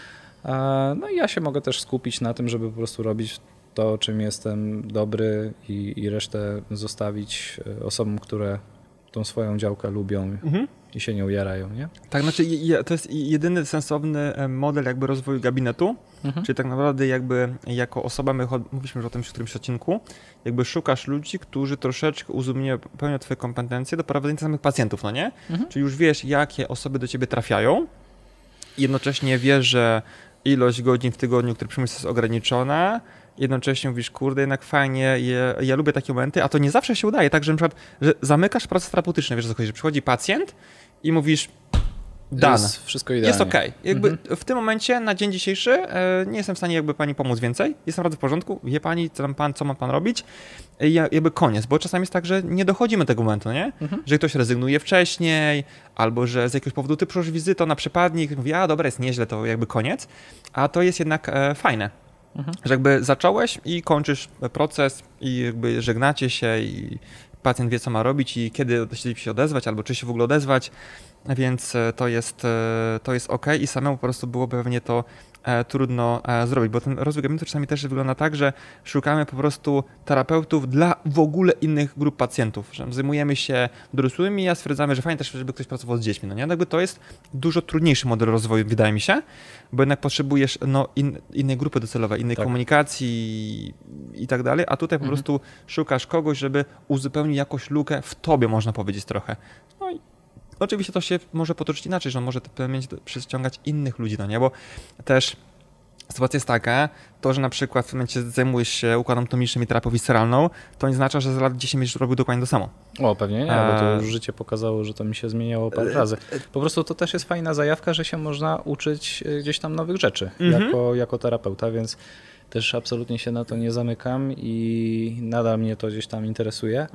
[SPEAKER 1] No i ja się mogę też skupić na tym, żeby po prostu robić to, czym jestem dobry i resztę zostawić osobom, które tą swoją działkę lubią i się nie ujarają, nie?
[SPEAKER 2] Tak, znaczy to jest jedyny sensowny model jakby rozwoju gabinetu, czyli tak naprawdę jakby jako osoba, my mówiliśmy już o tym w którymś odcinku, jakby szukasz ludzi, którzy troszeczkę uzupełniają twoje kompetencje do prowadzenia samych pacjentów, no nie? Czyli już wiesz, jakie osoby do ciebie trafiają i jednocześnie wiesz, że ilość godzin w tygodniu, które przyjmujesz, jest ograniczona. Jednocześnie mówisz, kurde, jednak fajnie, ja lubię takie momenty, a to nie zawsze się udaje, tak, że na przykład, że zamykasz proces terapeutyczny, wiesz, że przychodzi pacjent i mówisz, dane.
[SPEAKER 1] Jest wszystko idealnie.
[SPEAKER 2] Jest okej. Jakby w tym momencie, na dzień dzisiejszy, nie jestem w stanie jakby pani pomóc więcej, jest naprawdę w porządku, wie pani, co ma pan robić, jakby koniec, bo czasami jest tak, że nie dochodzimy do tego momentu, nie? Że ktoś rezygnuje wcześniej, albo że z jakiegoś powodu ty przyszłeś wizytą na przypadnik, mówi, a dobra, jest nieźle, to jakby koniec, a to jest jednak fajne. Że jakby zacząłeś i kończysz proces i jakby żegnacie się i pacjent wie, co ma robić i kiedy się odezwać, albo czy się w ogóle odezwać, więc to jest okej i samemu po prostu byłoby pewnie to trudno zrobić, bo ten rozwój gabinetu czasami też wygląda tak, że szukamy po prostu terapeutów dla w ogóle innych grup pacjentów, że zajmujemy się dorosłymi, a stwierdzamy, że fajnie też, żeby ktoś pracował z dziećmi, no nie? Jakby to jest dużo trudniejszy model rozwoju, wydaje mi się, bo jednak potrzebujesz innej grupy docelowej, innej komunikacji i tak dalej, a tutaj po prostu szukasz kogoś, żeby uzupełnić jakąś lukę w tobie, można powiedzieć trochę. No i oczywiście to się może potoczyć inaczej, że on może przyciągać innych ludzi, no nie, bo też sytuacja jest taka, to, że na przykład w tym momencie zajmujesz się układem anatomicznym i terapią visceralną, to nie oznacza, że za lat 10 będziesz robił dokładnie to samo.
[SPEAKER 1] O, pewnie nie, bo to już życie pokazało, że to mi się zmieniało parę razy. Po prostu to też jest fajna zajawka, że się można uczyć gdzieś tam nowych rzeczy jako terapeuta, więc też absolutnie się na to nie zamykam i nadal mnie to gdzieś tam interesuje,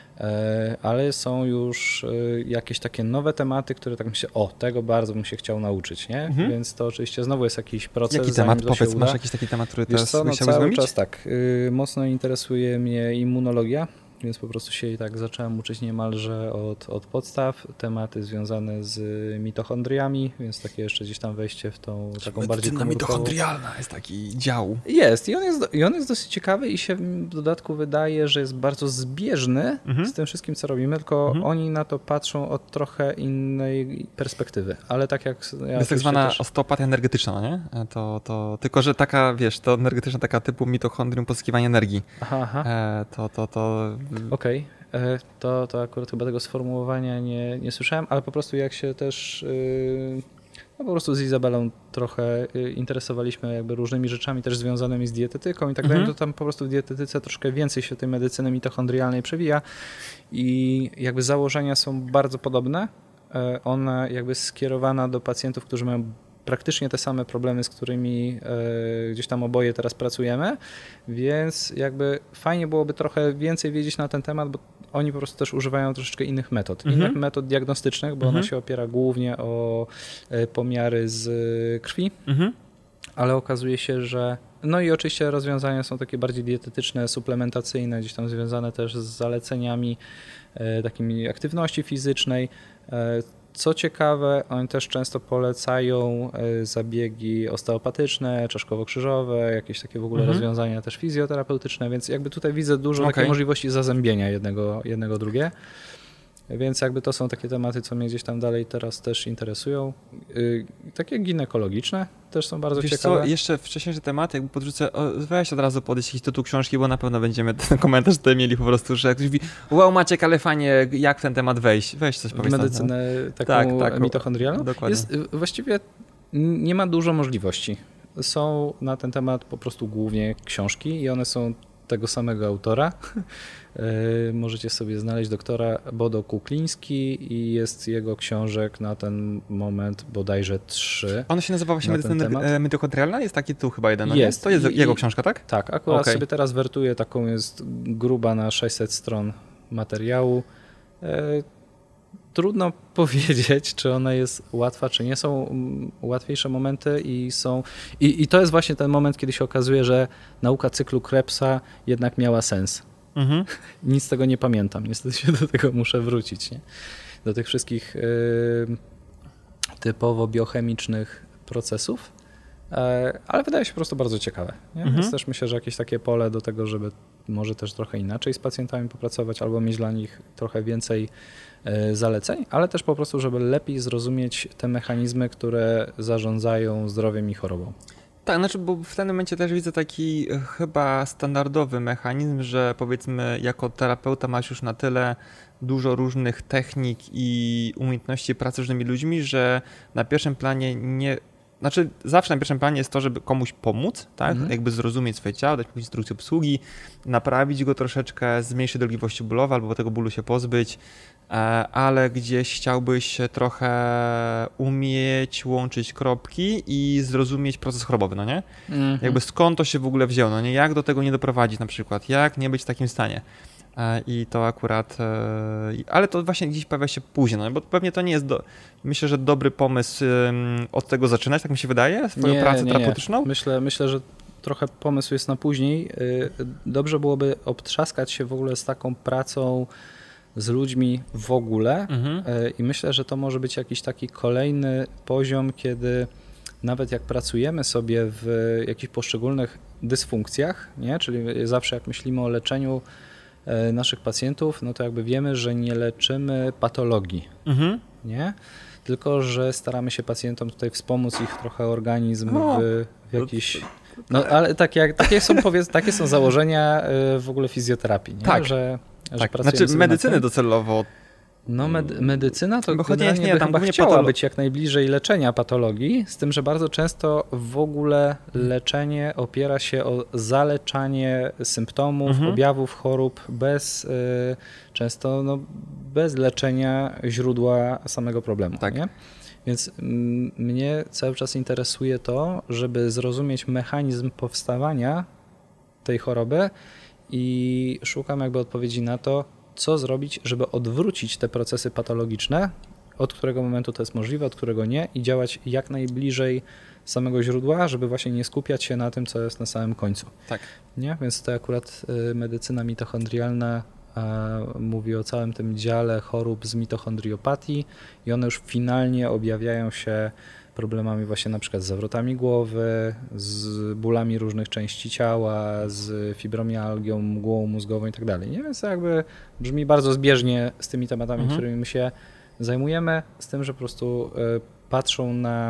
[SPEAKER 1] ale są już jakieś takie nowe tematy, które tak myślę, tego bardzo bym się chciał nauczyć, nie? Więc to oczywiście znowu jest jakiś proces.
[SPEAKER 2] Jaki temat? Powiedz, masz jakiś taki temat, który teraz chciałbyś
[SPEAKER 1] cały
[SPEAKER 2] zgłębić?
[SPEAKER 1] czas tak. Mocno interesuje mnie immunologia, więc po prostu się i tak zacząłem uczyć niemalże od podstaw. Tematy związane z mitochondriami, więc takie jeszcze gdzieś tam wejście w tą taką bardziej komórkową.
[SPEAKER 2] Mitochondrialna jest taki dział.
[SPEAKER 1] Jest i on jest dosyć ciekawy i się w dodatku wydaje, że jest bardzo zbieżny z tym wszystkim, co robimy, tylko oni na to patrzą od trochę innej perspektywy. Ale tak jak ja
[SPEAKER 2] jest tak zwana osteopatia energetyczna, nie? Tylko, że taka, wiesz, to energetyczna taka typu mitochondrium, pozyskiwanie energii.
[SPEAKER 1] Okej. To akurat chyba tego sformułowania nie słyszałem, ale po prostu jak się też po prostu z Izabelą trochę interesowaliśmy jakby różnymi rzeczami też związanymi z dietetyką i tak dalej, to tam po prostu w dietetyce troszkę więcej się tej medycyny mitochondrialnej przewija i jakby założenia są bardzo podobne. Ona jakby skierowana do pacjentów, którzy mają praktycznie te same problemy, z którymi gdzieś tam oboje teraz pracujemy, więc jakby fajnie byłoby trochę więcej wiedzieć na ten temat, bo oni po prostu też używają troszeczkę innych metod diagnostycznych, bo ona się opiera głównie o pomiary z krwi, ale okazuje się, że no i oczywiście rozwiązania są takie bardziej dietetyczne, suplementacyjne, gdzieś tam związane też z zaleceniami takimi aktywności fizycznej. Co ciekawe, oni też często polecają zabiegi osteopatyczne, czaszkowo-krzyżowe, jakieś takie w ogóle rozwiązania też fizjoterapeutyczne, więc jakby tutaj widzę dużo takich możliwości zazębienia jednego drugie. Więc jakby to są takie tematy, co mnie gdzieś tam dalej teraz też interesują. Takie ginekologiczne też są bardzo ciekawe.
[SPEAKER 2] Co, jeszcze wcześniejszy temat, jakby podrzucę, weź od razu podejść jakiś tytuł książki, bo na pewno będziemy ten komentarz tutaj mieli po prostu, że jak ktoś mówi, wow Maciek, ale fajnie, jak w ten temat wejść? Weź coś powiedz.
[SPEAKER 1] Medycynę taką
[SPEAKER 2] tak,
[SPEAKER 1] mitochondrialną?
[SPEAKER 2] Dokładnie.
[SPEAKER 1] Właściwie nie ma dużo możliwości. są na ten temat po prostu głównie książki i one są tego samego autora. Możecie sobie znaleźć doktora Bodo Kukliński i jest jego książek na ten moment bodajże 3.
[SPEAKER 2] Ona się nazywa właśnie Medycyna mitochondrialna? Jest taki tu chyba jeden, no
[SPEAKER 1] jest.
[SPEAKER 2] To jest jego książka, tak?
[SPEAKER 1] Tak, akurat sobie teraz wertuję, taką jest gruba na 600 stron materiału. Trudno powiedzieć, czy ona jest łatwa, czy nie. Są łatwiejsze momenty i to jest właśnie ten moment, kiedy się okazuje, że nauka cyklu Krebsa jednak miała sens. Nic z tego nie pamiętam. Niestety się do tego muszę wrócić. Nie? Do tych wszystkich typowo biochemicznych procesów, ale wydaje się po prostu bardzo ciekawe. Nie? Więc też myślę, że jakieś takie pole do tego, żeby może też trochę inaczej z pacjentami popracować albo mieć dla nich trochę więcej zaleceń, ale też po prostu, żeby lepiej zrozumieć te mechanizmy, które zarządzają zdrowiem i chorobą.
[SPEAKER 2] Tak, znaczy, bo w tym momencie też widzę taki chyba standardowy mechanizm, że powiedzmy jako terapeuta masz już na tyle dużo różnych technik i umiejętności pracy z różnymi ludźmi, że na pierwszym planie Znaczy zawsze na pierwszym planie jest to, żeby komuś pomóc, tak? Jakby zrozumieć swoje ciało, dać mu instrukcję obsługi, naprawić go troszeczkę, zmniejszyć dolegliwości bólowe albo tego bólu się pozbyć, ale gdzieś chciałbyś trochę umieć łączyć kropki i zrozumieć proces chorobowy, no nie? Jakby skąd to się w ogóle wzięło, no nie? Jak do tego nie doprowadzić na przykład, jak nie być w takim stanie. I to akurat, ale to właśnie gdzieś pojawia się później, no bo pewnie to nie jest, myślę, że dobry pomysł od tego zaczynać, tak mi się wydaje, swoją pracę terapeutyczną.
[SPEAKER 1] Myślę, że trochę pomysł jest na później. Dobrze byłoby obtrzaskać się w ogóle z taką pracą z ludźmi w ogóle i myślę, że to może być jakiś taki kolejny poziom, kiedy nawet jak pracujemy sobie w jakichś poszczególnych dysfunkcjach, nie? Czyli zawsze jak myślimy o leczeniu naszych pacjentów, no to jakby wiemy, że nie leczymy patologii, nie? Tylko że staramy się pacjentom tutaj wspomóc ich trochę organizm w jakiś... No ale takie są założenia w ogóle fizjoterapii, nie?
[SPEAKER 2] Tak.
[SPEAKER 1] Że
[SPEAKER 2] znaczy medycyny docelowo.
[SPEAKER 1] No medycyna to
[SPEAKER 2] bo
[SPEAKER 1] generalnie by chyba chciała być jak najbliżej leczenia patologii, z tym, że bardzo często w ogóle leczenie opiera się o zaleczanie symptomów, objawów chorób często bez leczenia źródła samego problemu.
[SPEAKER 2] Tak.
[SPEAKER 1] Nie? Więc mnie cały czas interesuje to, żeby zrozumieć mechanizm powstawania tej choroby i szukam jakby odpowiedzi na to, co zrobić, żeby odwrócić te procesy patologiczne, od którego momentu to jest możliwe, od którego nie i działać jak najbliżej samego źródła, żeby właśnie nie skupiać się na tym, co jest na samym końcu.
[SPEAKER 2] Tak.
[SPEAKER 1] Nie? Więc to akurat medycyna mitochondrialna mówi o całym tym dziale chorób z mitochondriopatii i one już finalnie objawiają się problemami właśnie na przykład z zawrotami głowy, z bólami różnych części ciała, z fibromialgią, mgłą mózgową i tak dalej. Więc to jakby brzmi bardzo zbieżnie z tymi tematami, którymi my się zajmujemy, z tym, że po prostu patrzą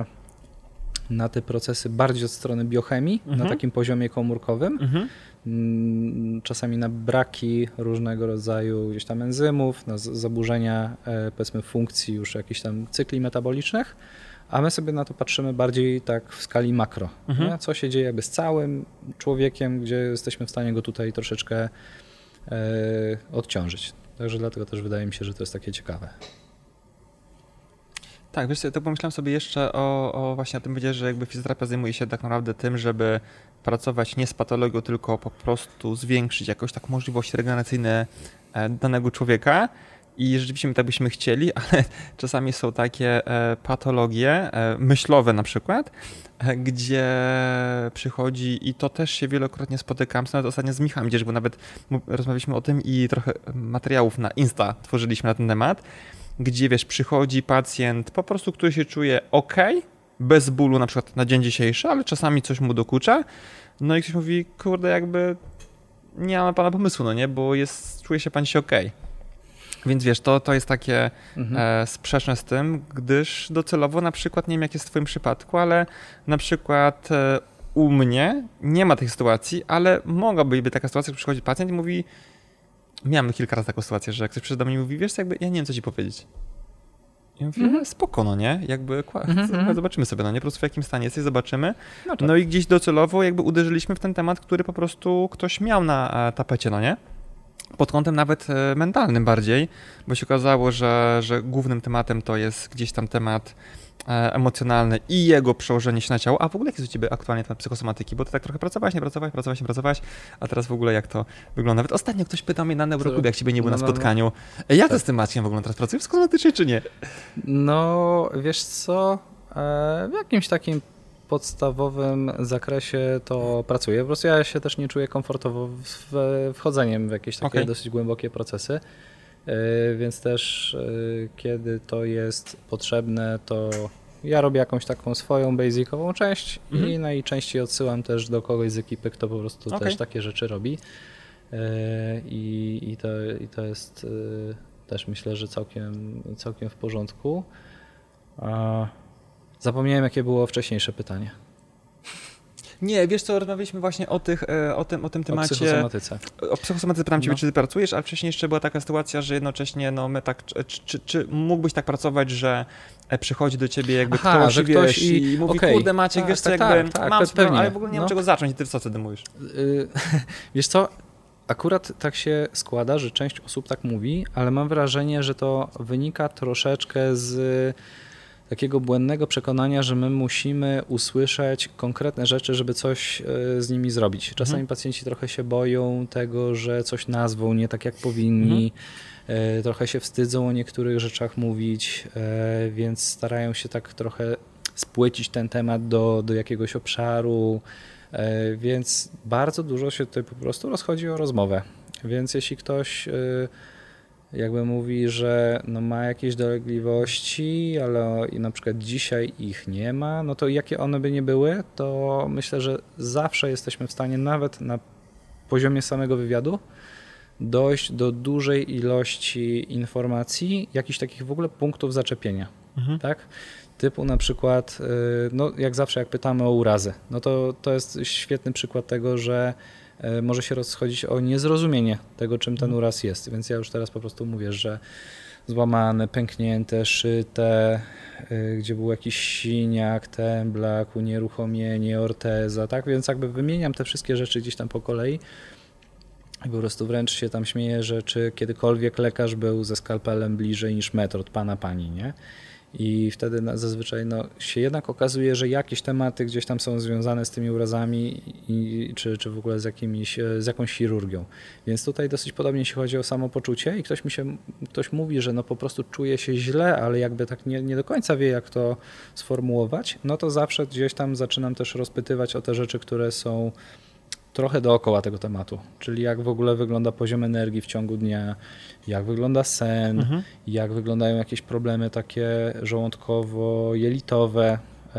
[SPEAKER 1] na te procesy bardziej od strony biochemii, na takim poziomie komórkowym, czasami na braki różnego rodzaju gdzieś tam enzymów, na zaburzenia powiedzmy funkcji już jakichś tam cykli metabolicznych, a my sobie na to patrzymy bardziej tak w skali makro. Nie? Co się dzieje jakby z całym człowiekiem, gdzie jesteśmy w stanie go tutaj troszeczkę odciążyć. Także dlatego też wydaje mi się, że to jest takie ciekawe.
[SPEAKER 2] Tak, wiesz, to pomyślałem sobie jeszcze o właśnie o tym, że jakby fizjoterapia zajmuje się tak naprawdę tym, żeby pracować nie z patologią, tylko po prostu zwiększyć jakoś tak możliwości regeneracyjne danego człowieka. I rzeczywiście my tak byśmy chcieli, ale czasami są takie patologie myślowe na przykład, gdzie przychodzi i to też się wielokrotnie spotykam, nawet ostatnio z Michałem gdzieś, bo nawet rozmawialiśmy o tym i trochę materiałów na Insta tworzyliśmy na ten temat, gdzie wiesz, przychodzi pacjent po prostu, który się czuje ok, bez bólu na przykład na dzień dzisiejszy, ale czasami coś mu dokucza, no i ktoś mówi, kurde, jakby nie ma pana pomysłu, no nie, bo czuje się pan ok. Więc wiesz, to jest takie sprzeczne z tym, gdyż docelowo na przykład, nie wiem jak jest w twoim przypadku, ale na przykład u mnie nie ma tej sytuacji, ale mogłaby być taka sytuacja, że przychodzi pacjent i mówi, miałem kilka razy taką sytuację, że ktoś przyszedł do mnie i mówi, wiesz, jakby ja nie wiem co ci powiedzieć. I mówię, spoko, no nie? Jakby zobaczymy sobie, no nie? Po prostu w jakim stanie jesteś, zobaczymy. No i gdzieś docelowo jakby uderzyliśmy w ten temat, który po prostu ktoś miał na tapecie, no nie? Pod kątem nawet mentalnym bardziej, bo się okazało, że głównym tematem to jest gdzieś tam temat emocjonalny i jego przełożenie się na ciało. A w ogóle jak jest u ciebie aktualnie temat psychosomatyki? Bo ty tak trochę pracowałeś, nie pracowałeś, a teraz w ogóle jak to wygląda? Nawet ostatnio ktoś pytał mnie na Neurokubie, jak ciebie nie było na spotkaniu. Jak to z tym Maćkiem w ogóle teraz pracujesz psychosomatycznie czy nie?
[SPEAKER 1] No, wiesz co, w jakimś takim podstawowym zakresie to pracuję. Po prostu ja się też nie czuję komfortowo wchodzeniem w jakieś takie dosyć głębokie procesy, więc też kiedy to jest potrzebne, to ja robię jakąś taką swoją basicową część i najczęściej odsyłam też do kogoś z ekipy, kto po prostu też takie rzeczy robi. I to jest też myślę, że całkiem w porządku. Zapomniałem, jakie było wcześniejsze pytanie.
[SPEAKER 2] Nie, wiesz co, rozmawialiśmy właśnie o tym temacie.
[SPEAKER 1] O psychosomatyce.
[SPEAKER 2] O psychosomatyce pytam ciebie, czy ty pracujesz, ale wcześniej jeszcze była taka sytuacja, że jednocześnie no my tak, czy mógłbyś tak pracować, że przychodzi do ciebie jakby ktoś,
[SPEAKER 1] że
[SPEAKER 2] wiesz,
[SPEAKER 1] ktoś
[SPEAKER 2] i mówi, kurde Maciek, wiesz co, jakby mam
[SPEAKER 1] pewnie,
[SPEAKER 2] ale w ogóle nie mam czego zacząć i ty co wtedy mówisz?
[SPEAKER 1] Wiesz co, akurat tak się składa, że część osób tak mówi, ale mam wrażenie, że to wynika troszeczkę z takiego błędnego przekonania, że my musimy usłyszeć konkretne rzeczy, żeby coś z nimi zrobić. Czasami pacjenci trochę się boją tego, że coś nazwą nie tak jak powinni, trochę się wstydzą o niektórych rzeczach mówić, więc starają się tak trochę spłycić ten temat do jakiegoś obszaru, więc bardzo dużo się tutaj po prostu rozchodzi o rozmowę. Więc jeśli ktoś jakby mówi, że no ma jakieś dolegliwości, ale na przykład dzisiaj ich nie ma, no to jakie one by nie były, to myślę, że zawsze jesteśmy w stanie nawet na poziomie samego wywiadu dojść do dużej ilości informacji, jakichś takich w ogóle punktów zaczepienia, tak? Typu na przykład, no jak zawsze jak pytamy o urazy, no to jest świetny przykład tego, że może się rozchodzić o niezrozumienie tego, czym ten uraz jest. Więc ja już teraz po prostu mówię, że złamane, pęknięte, szyte, gdzie był jakiś siniak, temblak, unieruchomienie, orteza, tak? Więc jakby wymieniam te wszystkie rzeczy gdzieś tam po kolei i po prostu wręcz się tam śmieję, że czy kiedykolwiek lekarz był ze skalpelem bliżej niż metr od pana, pani, nie? I wtedy zazwyczaj się jednak okazuje, że jakieś tematy gdzieś tam są związane z tymi urazami czy w ogóle z jakąś chirurgią. Więc tutaj dosyć podobnie jeśli chodzi o samopoczucie i ktoś mówi, że no po prostu czuje się źle, ale jakby tak nie do końca wie, jak to sformułować, no to zawsze gdzieś tam zaczynam też rozpytywać o te rzeczy, które są trochę dookoła tego tematu, czyli jak w ogóle wygląda poziom energii w ciągu dnia, jak wygląda sen, jak wyglądają jakieś problemy takie żołądkowo-jelitowe,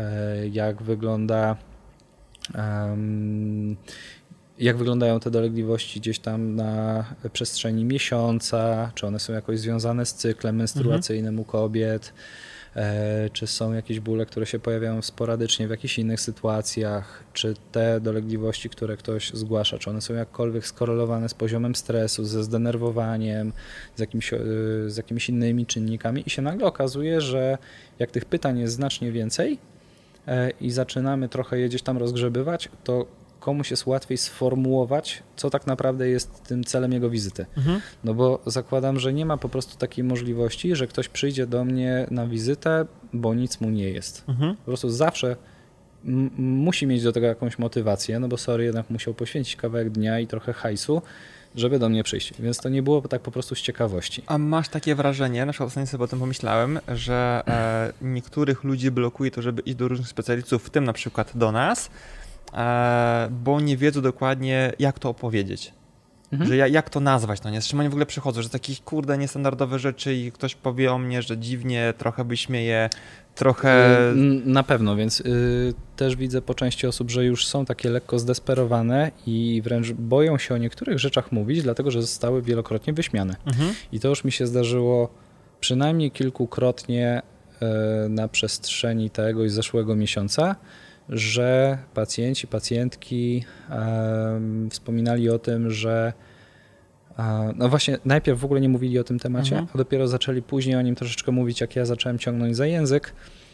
[SPEAKER 1] jak wyglądają te dolegliwości gdzieś tam na przestrzeni miesiąca, czy one są jakoś związane z cyklem menstruacyjnym u kobiet, czy są jakieś bóle, które się pojawiają sporadycznie w jakichś innych sytuacjach, czy te dolegliwości, które ktoś zgłasza, czy one są jakkolwiek skorelowane z poziomem stresu, ze zdenerwowaniem, z jakimiś innymi czynnikami i się nagle okazuje, że jak tych pytań jest znacznie więcej i zaczynamy trochę je gdzieś tam rozgrzebywać, to komuś jest łatwiej sformułować, co tak naprawdę jest tym celem jego wizyty. No bo zakładam, że nie ma po prostu takiej możliwości, że ktoś przyjdzie do mnie na wizytę, bo nic mu nie jest. Po prostu zawsze musi mieć do tego jakąś motywację, no bo sorry, jednak musiał poświęcić kawałek dnia i trochę hajsu, żeby do mnie przyjść. Więc to nie było tak po prostu z ciekawości.
[SPEAKER 2] A masz takie wrażenie, na przykład ostatnio sobie o tym pomyślałem, że niektórych ludzi blokuje to, żeby iść do różnych specjalistów, w tym na przykład do nas, bo nie wiedzą dokładnie, jak to opowiedzieć. Że jak to nazwać, no nie? Z czym oni w ogóle przychodzą, że takich kurde niestandardowe rzeczy i ktoś powie o mnie, że dziwnie, trochę wyśmieje, trochę...
[SPEAKER 1] Na pewno, więc też widzę po części osób, że już są takie lekko zdesperowane i wręcz boją się o niektórych rzeczach mówić, dlatego że zostały wielokrotnie wyśmiane. I to już mi się zdarzyło przynajmniej kilkukrotnie na przestrzeni tego i zeszłego miesiąca, że pacjenci, pacjentki wspominali o tym, że No właśnie, najpierw w ogóle nie mówili o tym temacie, a dopiero zaczęli później o nim troszeczkę mówić, jak ja zacząłem ciągnąć za język,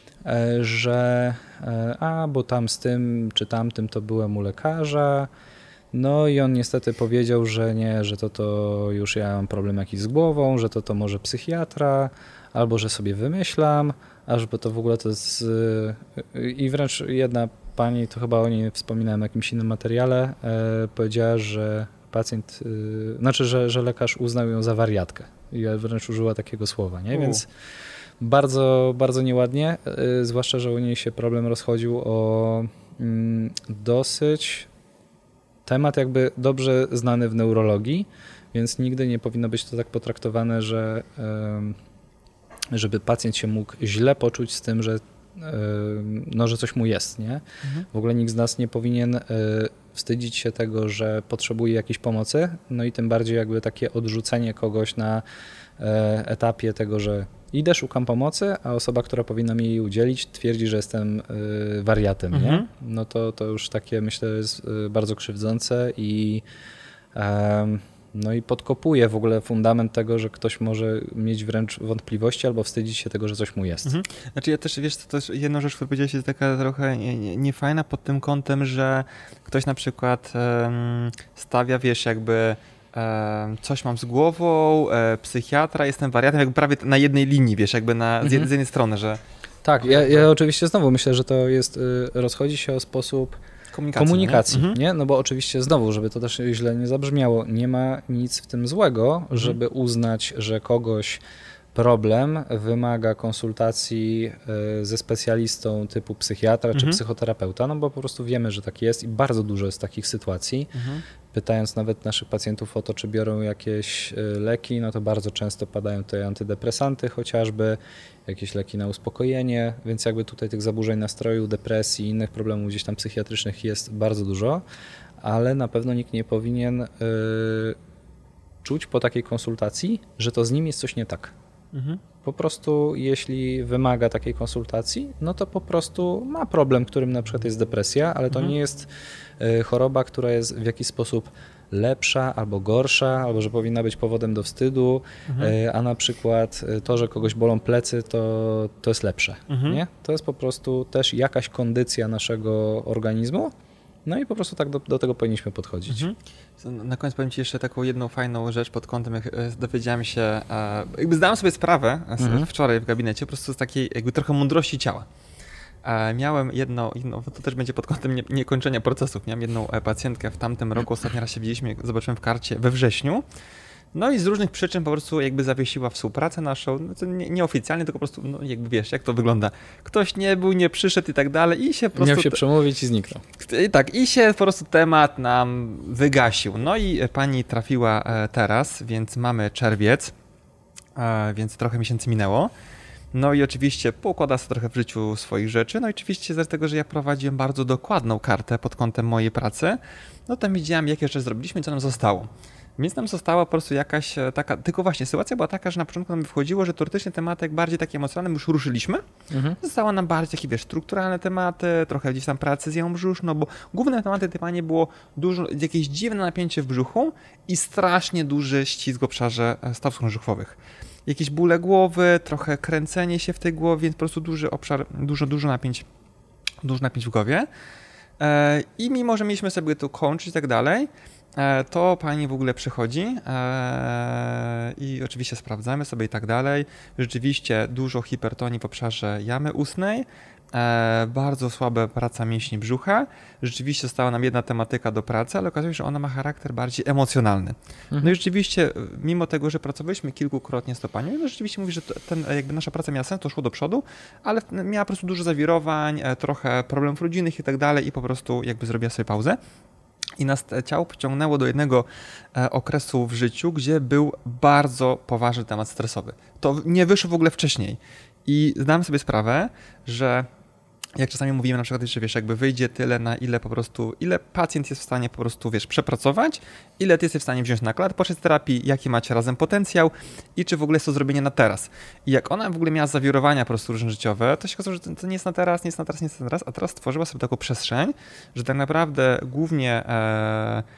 [SPEAKER 1] że bo tam z tym czy tamtym to byłem u lekarza, no i on niestety powiedział, że nie, że to już ja mam problem jakiś z głową, że to może psychiatra, albo że sobie wymyślam, aż bo to w ogóle to jest... I wręcz jedna pani, to chyba o niej wspominałem w jakimś innym materiale, powiedziała, że pacjent, że lekarz uznał ją za wariatkę. I wręcz użyła takiego słowa, nie? Więc bardzo, bardzo nieładnie, zwłaszcza, że u niej się problem rozchodził o dosyć temat jakby dobrze znany w neurologii, więc nigdy nie powinno być to tak potraktowane, że żeby pacjent się mógł źle poczuć z tym, że że coś mu jest, nie? W ogóle nikt z nas nie powinien wstydzić się tego, że potrzebuje jakiejś pomocy, no i tym bardziej jakby takie odrzucenie kogoś na etapie tego, że idę, szukam pomocy, a osoba, która powinna mi jej udzielić, twierdzi, że jestem wariatem, nie? No to już takie, myślę, jest bardzo krzywdzące i no i podkopuje w ogóle fundament tego, że ktoś może mieć wręcz wątpliwości albo wstydzić się tego, że coś mu jest.
[SPEAKER 2] Znaczy ja też, wiesz, to też jedna rzecz, która powiedziałeś, jest taka trochę niefajna pod tym kątem, że ktoś na przykład stawia, wiesz, jakby coś mam z głową, psychiatra, jestem wariatem, jakby prawie na jednej linii, wiesz, jakby z jednej strony, że...
[SPEAKER 1] Tak, ja oczywiście znowu myślę, że to jest, rozchodzi się o sposób komunikacji, nie? No bo oczywiście znowu, żeby to też źle nie zabrzmiało, nie ma nic w tym złego, żeby uznać, że kogoś problem wymaga konsultacji ze specjalistą typu psychiatra czy psychoterapeuta, no bo po prostu wiemy, że tak jest i bardzo dużo jest takich sytuacji. Pytając nawet naszych pacjentów o to, czy biorą jakieś leki, no to bardzo często padają tutaj antydepresanty chociażby, jakieś leki na uspokojenie, więc jakby tutaj tych zaburzeń nastroju, depresji i innych problemów gdzieś tam psychiatrycznych jest bardzo dużo, ale na pewno nikt nie powinien czuć po takiej konsultacji, że to z nim jest coś nie tak. Po prostu jeśli wymaga takiej konsultacji, no to po prostu ma problem, którym na przykład jest depresja, ale to nie jest choroba, która jest w jakiś sposób lepsza albo gorsza, albo że powinna być powodem do wstydu, a na przykład to, że kogoś bolą plecy, to jest lepsze. Nie? To jest po prostu też jakaś kondycja naszego organizmu. No i po prostu tak do tego powinniśmy podchodzić.
[SPEAKER 2] Na koniec powiem Ci jeszcze taką jedną fajną rzecz pod kątem, jak dowiedziałem się, jakby zdałem sobie sprawę wczoraj w gabinecie, po prostu z takiej jakby trochę mądrości ciała. Miałem jedną, to też będzie pod kątem niekończenia procesów, miałem jedną pacjentkę w tamtym roku, ostatni raz się widzieliśmy, zobaczyłem w karcie we wrześniu. No i z różnych przyczyn po prostu jakby zawiesiła współpracę naszą, no to nieoficjalnie, tylko po prostu, no jakby wiesz, jak to wygląda. Ktoś nie był, nie przyszedł i tak dalej i się po prostu...
[SPEAKER 1] Miał się przemówić i zniknął.
[SPEAKER 2] I się po prostu temat nam wygasił. No i pani trafiła teraz, więc mamy czerwiec, więc trochę miesięcy minęło. No i oczywiście poukłada sobie trochę w życiu swoich rzeczy. No i oczywiście z tego, że ja prowadziłem bardzo dokładną kartę pod kątem mojej pracy, no to widziałem, jakie rzeczy zrobiliśmy i co nam zostało. Więc nam została po prostu jakaś taka, tylko właśnie sytuacja była taka, że na początku nam wychodziło, że teoretycznie tematy bardziej takie emocjonalne już ruszyliśmy. Została nam bardziej takie, wiesz, strukturalne tematy, trochę gdzieś tam pracy z ją brzuszną, bo główne tematy typanie było dużo, jakieś dziwne napięcie w brzuchu i strasznie duży ścisk w obszarze stawów brzuchowych. Jakieś bóle głowy, trochę kręcenie się w tej głowie, więc po prostu duży obszar, dużo napięć w głowie. I mimo, że mieliśmy sobie to kończyć i tak dalej, to pani w ogóle przychodzi i oczywiście sprawdzamy sobie i tak dalej. Rzeczywiście dużo hipertonii w obszarze jamy ustnej, bardzo słaba praca mięśni brzucha. Rzeczywiście została nam jedna tematyka do pracy, ale okazuje się, że ona ma charakter bardziej emocjonalny. No i rzeczywiście, mimo tego, że pracowaliśmy kilkukrotnie z tą panią, no rzeczywiście mówi, że jakby nasza praca miała sens, to szło do przodu, ale miała po prostu dużo zawirowań, trochę problemów rodzinnych i tak dalej i po prostu jakby zrobiła sobie pauzę. I nas ciało pociągnęło do jednego okresu w życiu, gdzie był bardzo poważny temat stresowy. To nie wyszło w ogóle wcześniej. I zdałem sobie sprawę, że jak czasami mówimy na przykład, że wiesz, jakby wyjdzie tyle, na ile po prostu, ile pacjent jest w stanie po prostu, wiesz, przepracować, ile ty jesteś w stanie wziąć nakład podczas terapii, jaki macie razem potencjał i czy w ogóle jest to zrobienie na teraz. I jak ona w ogóle miała zawirowania po prostu różne życiowe, to się okazało, że to nie jest na teraz, a teraz stworzyła sobie taką przestrzeń, że tak naprawdę głównie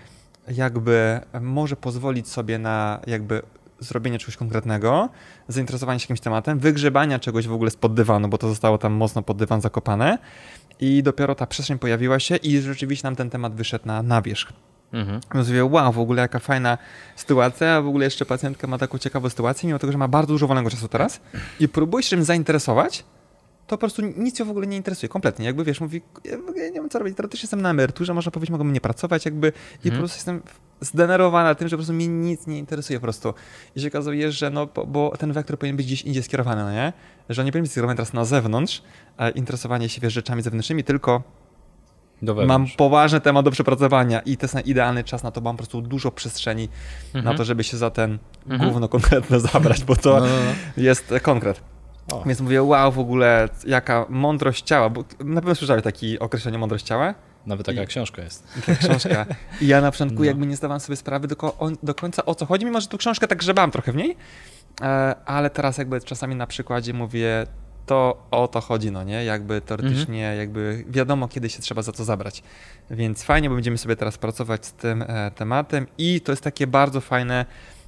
[SPEAKER 2] jakby może pozwolić sobie na jakby zrobienie czegoś konkretnego, zainteresowanie się jakimś tematem, wygrzebania czegoś w ogóle spod dywanu, bo to zostało tam mocno pod dywan zakopane i dopiero ta przestrzeń pojawiła się i rzeczywiście nam ten temat wyszedł na wierzch. Więc mówię, wow, w ogóle jaka fajna sytuacja, a w ogóle jeszcze pacjentka ma taką ciekawą sytuację, mimo tego, że ma bardzo dużo wolnego czasu teraz i próbuje się czymś zainteresować, to po prostu nic ją w ogóle nie interesuje, kompletnie. Jakby wiesz, mówi, ja nie wiem co robić, teraz jestem na emeryturze, można powiedzieć, mogę nie pracować jakby i po prostu jestem zdenerwowana tym, że po prostu mnie nic nie interesuje po prostu. I się okazuje, że no, bo ten wektor powinien być gdzieś indziej skierowany, no nie? Że on nie powinien być skierowany teraz na zewnątrz, interesowanie się wiesz, rzeczami zewnętrznymi, tylko mam poważny temat do przepracowania i to jest idealny czas na to, bo mam po prostu dużo przestrzeni na to, żeby się za ten gówno konkretne zabrać, bo to jest konkret. Więc mówię, wow, w ogóle jaka mądrość ciała, bo na pewno słyszałeś takie określenie mądrość ciała?
[SPEAKER 1] Nawet taka książka jest.
[SPEAKER 2] Taka książka. I ja na początku jakby nie zdawałem sobie sprawy do końca o co chodzi, mimo że tu książkę tak grzebałem trochę w niej, ale teraz jakby czasami na przykładzie mówię, to o to chodzi, no nie? Jakby teoretycznie jakby wiadomo, kiedy się trzeba za to zabrać. Więc fajnie, bo będziemy sobie teraz pracować z tym tematem i to jest takie bardzo fajne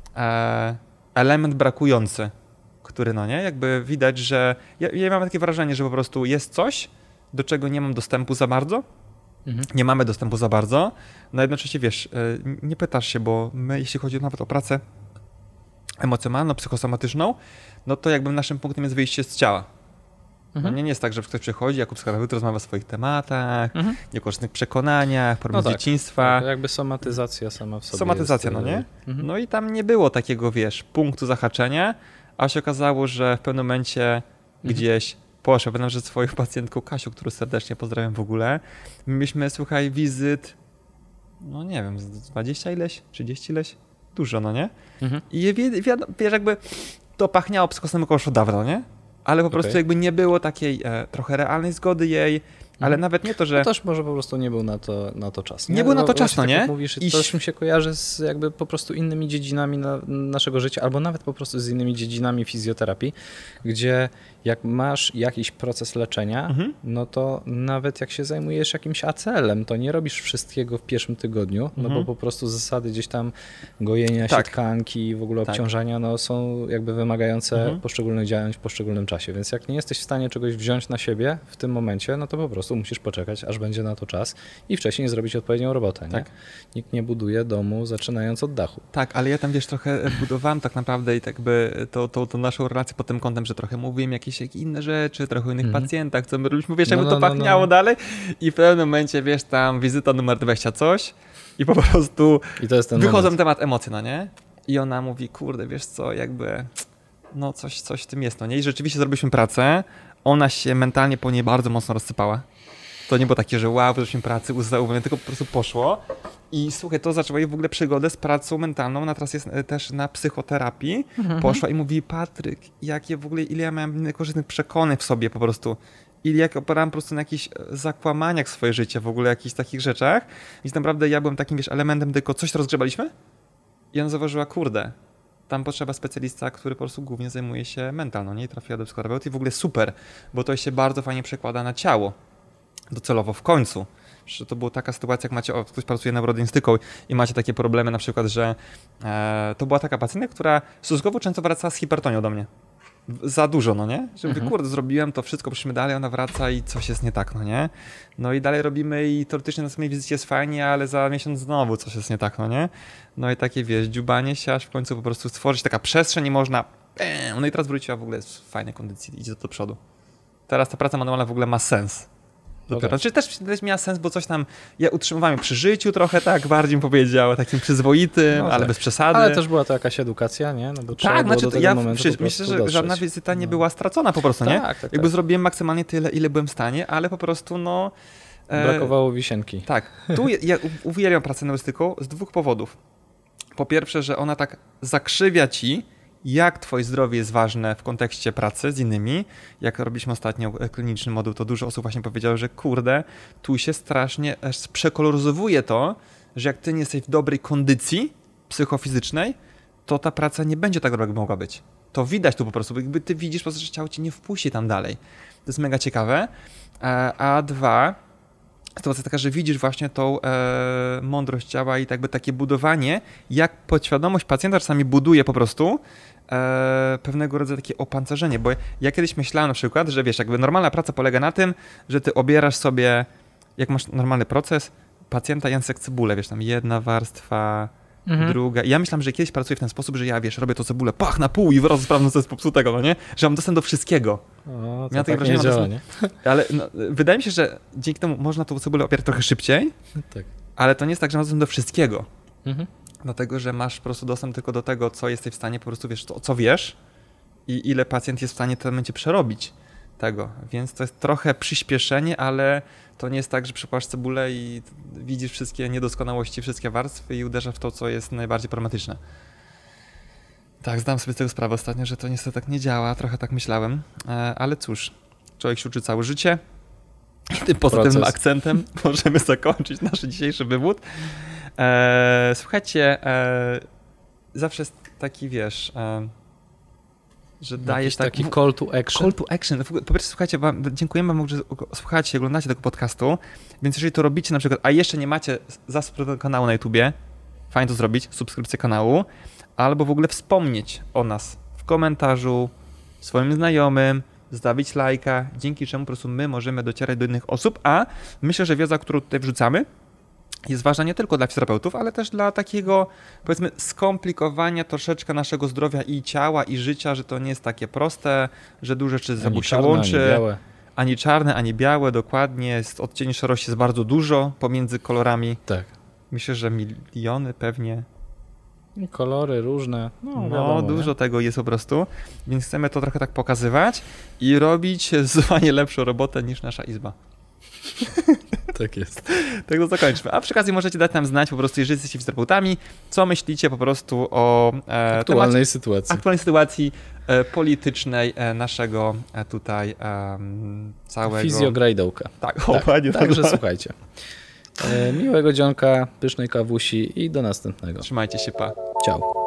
[SPEAKER 2] element brakujący, który, no nie? Jakby widać, że ja mam takie wrażenie, że po prostu jest coś, do czego nie mam dostępu za bardzo, nie mamy dostępu za bardzo, no jednocześnie wiesz, nie pytasz się, bo my, jeśli chodzi nawet o pracę emocjonalną, psychosomatyczną, no to jakby naszym punktem jest wyjście z ciała. No nie jest tak, że ktoś przychodzi, Jakub Skarbowicz rozmawia o swoich tematach, niekorzystnych przekonaniach, problemach dzieciństwa.
[SPEAKER 1] Tak, jakby somatyzacja sama w sobie.
[SPEAKER 2] Somatyzacja, no nie? No i tam nie było takiego, wiesz, punktu zahaczenia, a się okazało, że w pewnym momencie gdzieś poszło. Pamiętam, że swoją pacjentką Kasiu, którą serdecznie pozdrawiam w ogóle, mieliśmy, słuchaj, wizyt, no nie wiem, 20 ileś, 30 ileś, dużo, no nie? I wiesz, jakby to pachniało psychosomatyką już od dawna, nie? Ale po prostu jakby nie było takiej trochę realnej zgody jej, ale nawet nie to, że...
[SPEAKER 1] No też może po prostu nie był na to czas.
[SPEAKER 2] Nie był na to czas, no nie?
[SPEAKER 1] Tak mówisz, to już mi się kojarzy z jakby po prostu innymi dziedzinami naszego życia, albo nawet po prostu z innymi dziedzinami fizjoterapii, gdzie jak masz jakiś proces leczenia, no to nawet jak się zajmujesz jakimś ACL-em, to nie robisz wszystkiego w pierwszym tygodniu, no bo po prostu zasady gdzieś tam gojenia się tkanki, w ogóle obciążania, no są jakby wymagające poszczególnych działań w poszczególnym czasie, więc jak nie jesteś w stanie czegoś wziąć na siebie w tym momencie, no to po prostu musisz poczekać, aż będzie na to czas i wcześniej zrobić odpowiednią robotę, nie? Nikt nie buduje domu zaczynając od dachu.
[SPEAKER 2] Tak, ale ja tam wiesz, trochę budowałem tak naprawdę i tak by tą naszą relację pod tym kątem, że trochę mówiłem jakieś inne rzeczy, trochę o innych pacjentach, co my robiliśmy, wiesz, jakby to pachniało dalej i w pewnym momencie, wiesz, tam wizyta numer 20 coś i po prostu
[SPEAKER 1] i to jest ten
[SPEAKER 2] wychodzą
[SPEAKER 1] moment.
[SPEAKER 2] temat emocji, no nie? I ona mówi, kurde, wiesz co, jakby no coś w tym jest, no nie? I rzeczywiście zrobiliśmy pracę, ona się mentalnie po niej bardzo mocno rozsypała. To nie było takie, że wow, zrobiliśmy pracę, uznałem, tylko po prostu poszło. I słuchaj, to zaczęła jej w ogóle przygodę z pracą mentalną, ona teraz jest też na psychoterapii, poszła i mówi, Patryk, ile ja miałem niekorzystnych przekonań w sobie po prostu, ile jak operałem po prostu na jakichś zakłamaniach swoje życie, w ogóle jakichś takich rzeczach. I naprawdę ja byłem takim, wiesz, elementem, tylko coś rozgrzebaliśmy i ona zauważyła, kurde, tam potrzeba specjalista, który po prostu głównie zajmuje się mentalną, nie? I trafiła do psychoterapeuty i w ogóle super, bo to się bardzo fajnie przekłada na ciało. Docelowo w końcu. Że to była taka sytuacja, jak macie, ktoś pracuje neurodygnostyką i macie takie problemy na przykład, że to była taka pacjentka, która stosunkowo często wracała z hipertonią do mnie. Za dużo, no nie? Że mówię, kurde, zrobiłem to wszystko, poszliśmy dalej, ona wraca i coś jest nie tak, no nie? No i dalej robimy i teoretycznie na następnej wizycie jest fajnie, ale za miesiąc znowu coś jest nie tak, no nie? No i takie, wiesz, dziubanie się, aż w końcu po prostu stworzyć taka przestrzeń i można, no i teraz wróciła w ogóle w fajnej kondycji, idzie do przodu. Teraz ta praca manualna w ogóle ma sens. Dopiero. Znaczy też miała sens, bo coś tam ja utrzymywałem przy życiu trochę tak, bardziej bym powiedział, takim przyzwoitym, ale bez przesady.
[SPEAKER 1] Ale też była to jakaś edukacja, nie? No bo
[SPEAKER 2] tak, znaczy to ja myślę, że żadna wizyta nie była stracona po prostu, nie? Jakby zrobiłem maksymalnie tyle, ile byłem w stanie, ale po prostu no...
[SPEAKER 1] brakowało wisienki.
[SPEAKER 2] Tak. Tu ja uwielbiam pracę neurostyką z dwóch powodów. Po pierwsze, że ona tak zakrzywia ci, jak twoje zdrowie jest ważne w kontekście pracy z innymi. Jak robiliśmy ostatnio kliniczny moduł, to dużo osób właśnie powiedziało, że kurde, tu się strasznie przekoloryzowuje to, że jak ty nie jesteś w dobrej kondycji psychofizycznej, to ta praca nie będzie tak dobra, jak mogła być. To widać tu po prostu, bo jakby ty widzisz, po prostu, że ciało cię nie wpuści tam dalej. To jest mega ciekawe. A dwa, sytuacja taka, że widzisz właśnie tą mądrość ciała i jakby takie budowanie, jak podświadomość pacjenta czasami buduje po prostu pewnego rodzaju takie opancerzenie, bo ja kiedyś myślałem na przykład, że wiesz, jakby normalna praca polega na tym, że ty obierasz sobie, jak masz normalny proces, pacjenta jak cebulę, wiesz, tam jedna warstwa, druga. I ja myślałem, że kiedyś pracuję w ten sposób, że ja, wiesz, robię to cebulę, pach, na pół i wyrazu sprawdzam, co jest popsutego, no nie? Że mam dostęp do wszystkiego.
[SPEAKER 1] O, to tak nie działa, nie?
[SPEAKER 2] Ale no, wydaje mi się, że dzięki temu można tą cebulę opierać trochę szybciej,
[SPEAKER 1] Tak.
[SPEAKER 2] ale to nie jest tak, że masz dostęp do wszystkiego. Dlatego, że masz po prostu dostęp tylko do tego, co jesteś w stanie, po prostu wiesz, co wiesz i ile pacjent jest w stanie w tym momencie przerobić tego. Więc to jest trochę przyspieszenie, ale to nie jest tak, że przepłasz cebulę i widzisz wszystkie niedoskonałości, wszystkie warstwy i uderzasz w to, co jest najbardziej problematyczne. Tak, zdałem sobie z tego sprawę ostatnio, że to niestety tak nie działa, trochę tak myślałem, ale cóż, człowiek się uczy całe życie i tym pozytywnym akcentem możemy zakończyć nasz dzisiejszy wywód. Słuchajcie, zawsze jest taki, wiesz, że dajesz
[SPEAKER 1] taki call to action.
[SPEAKER 2] Call to action. Po pierwsze, słuchajcie, dziękujemy wam, że słuchacie i oglądacie tego podcastu, więc jeżeli to robicie na przykład, a jeszcze nie macie zasubskrybowanego kanału na YouTubie, fajnie to zrobić, subskrypcję kanału, albo w ogóle wspomnieć o nas w komentarzu swoim znajomym, zostawić lajka, dzięki czemu po prostu my możemy docierać do innych osób, a myślę, że wiedza, którą tutaj wrzucamy, jest ważna nie tylko dla fizjoterapeutów, ale też dla takiego, powiedzmy, skomplikowania troszeczkę naszego zdrowia i ciała, i życia, że to nie jest takie proste, że duże rzeczy ze sobą się łączy.
[SPEAKER 1] Ani białe.
[SPEAKER 2] Ani czarne, ani białe, dokładnie. Jest odcieni szarości jest bardzo dużo pomiędzy kolorami.
[SPEAKER 1] Tak.
[SPEAKER 2] Myślę, że miliony pewnie.
[SPEAKER 1] I kolory różne. No wiadomo,
[SPEAKER 2] dużo
[SPEAKER 1] nie?
[SPEAKER 2] tego jest po prostu, więc chcemy to trochę tak pokazywać i robić zdecydowanie lepszą robotę niż nasza izba.
[SPEAKER 1] Tak jest.
[SPEAKER 2] Tak to zakończmy. A przy okazji możecie dać nam znać po prostu, jeżeli jesteście fizjoterapeutami, co myślicie po prostu o
[SPEAKER 1] aktualnej
[SPEAKER 2] sytuacji politycznej naszego tutaj całego...
[SPEAKER 1] Fizjograjdołka.
[SPEAKER 2] Tak, dokładnie.
[SPEAKER 1] Także słuchajcie. Miłego dzionka, pysznej kawusi i do następnego.
[SPEAKER 2] Trzymajcie się, pa.
[SPEAKER 1] Ciao.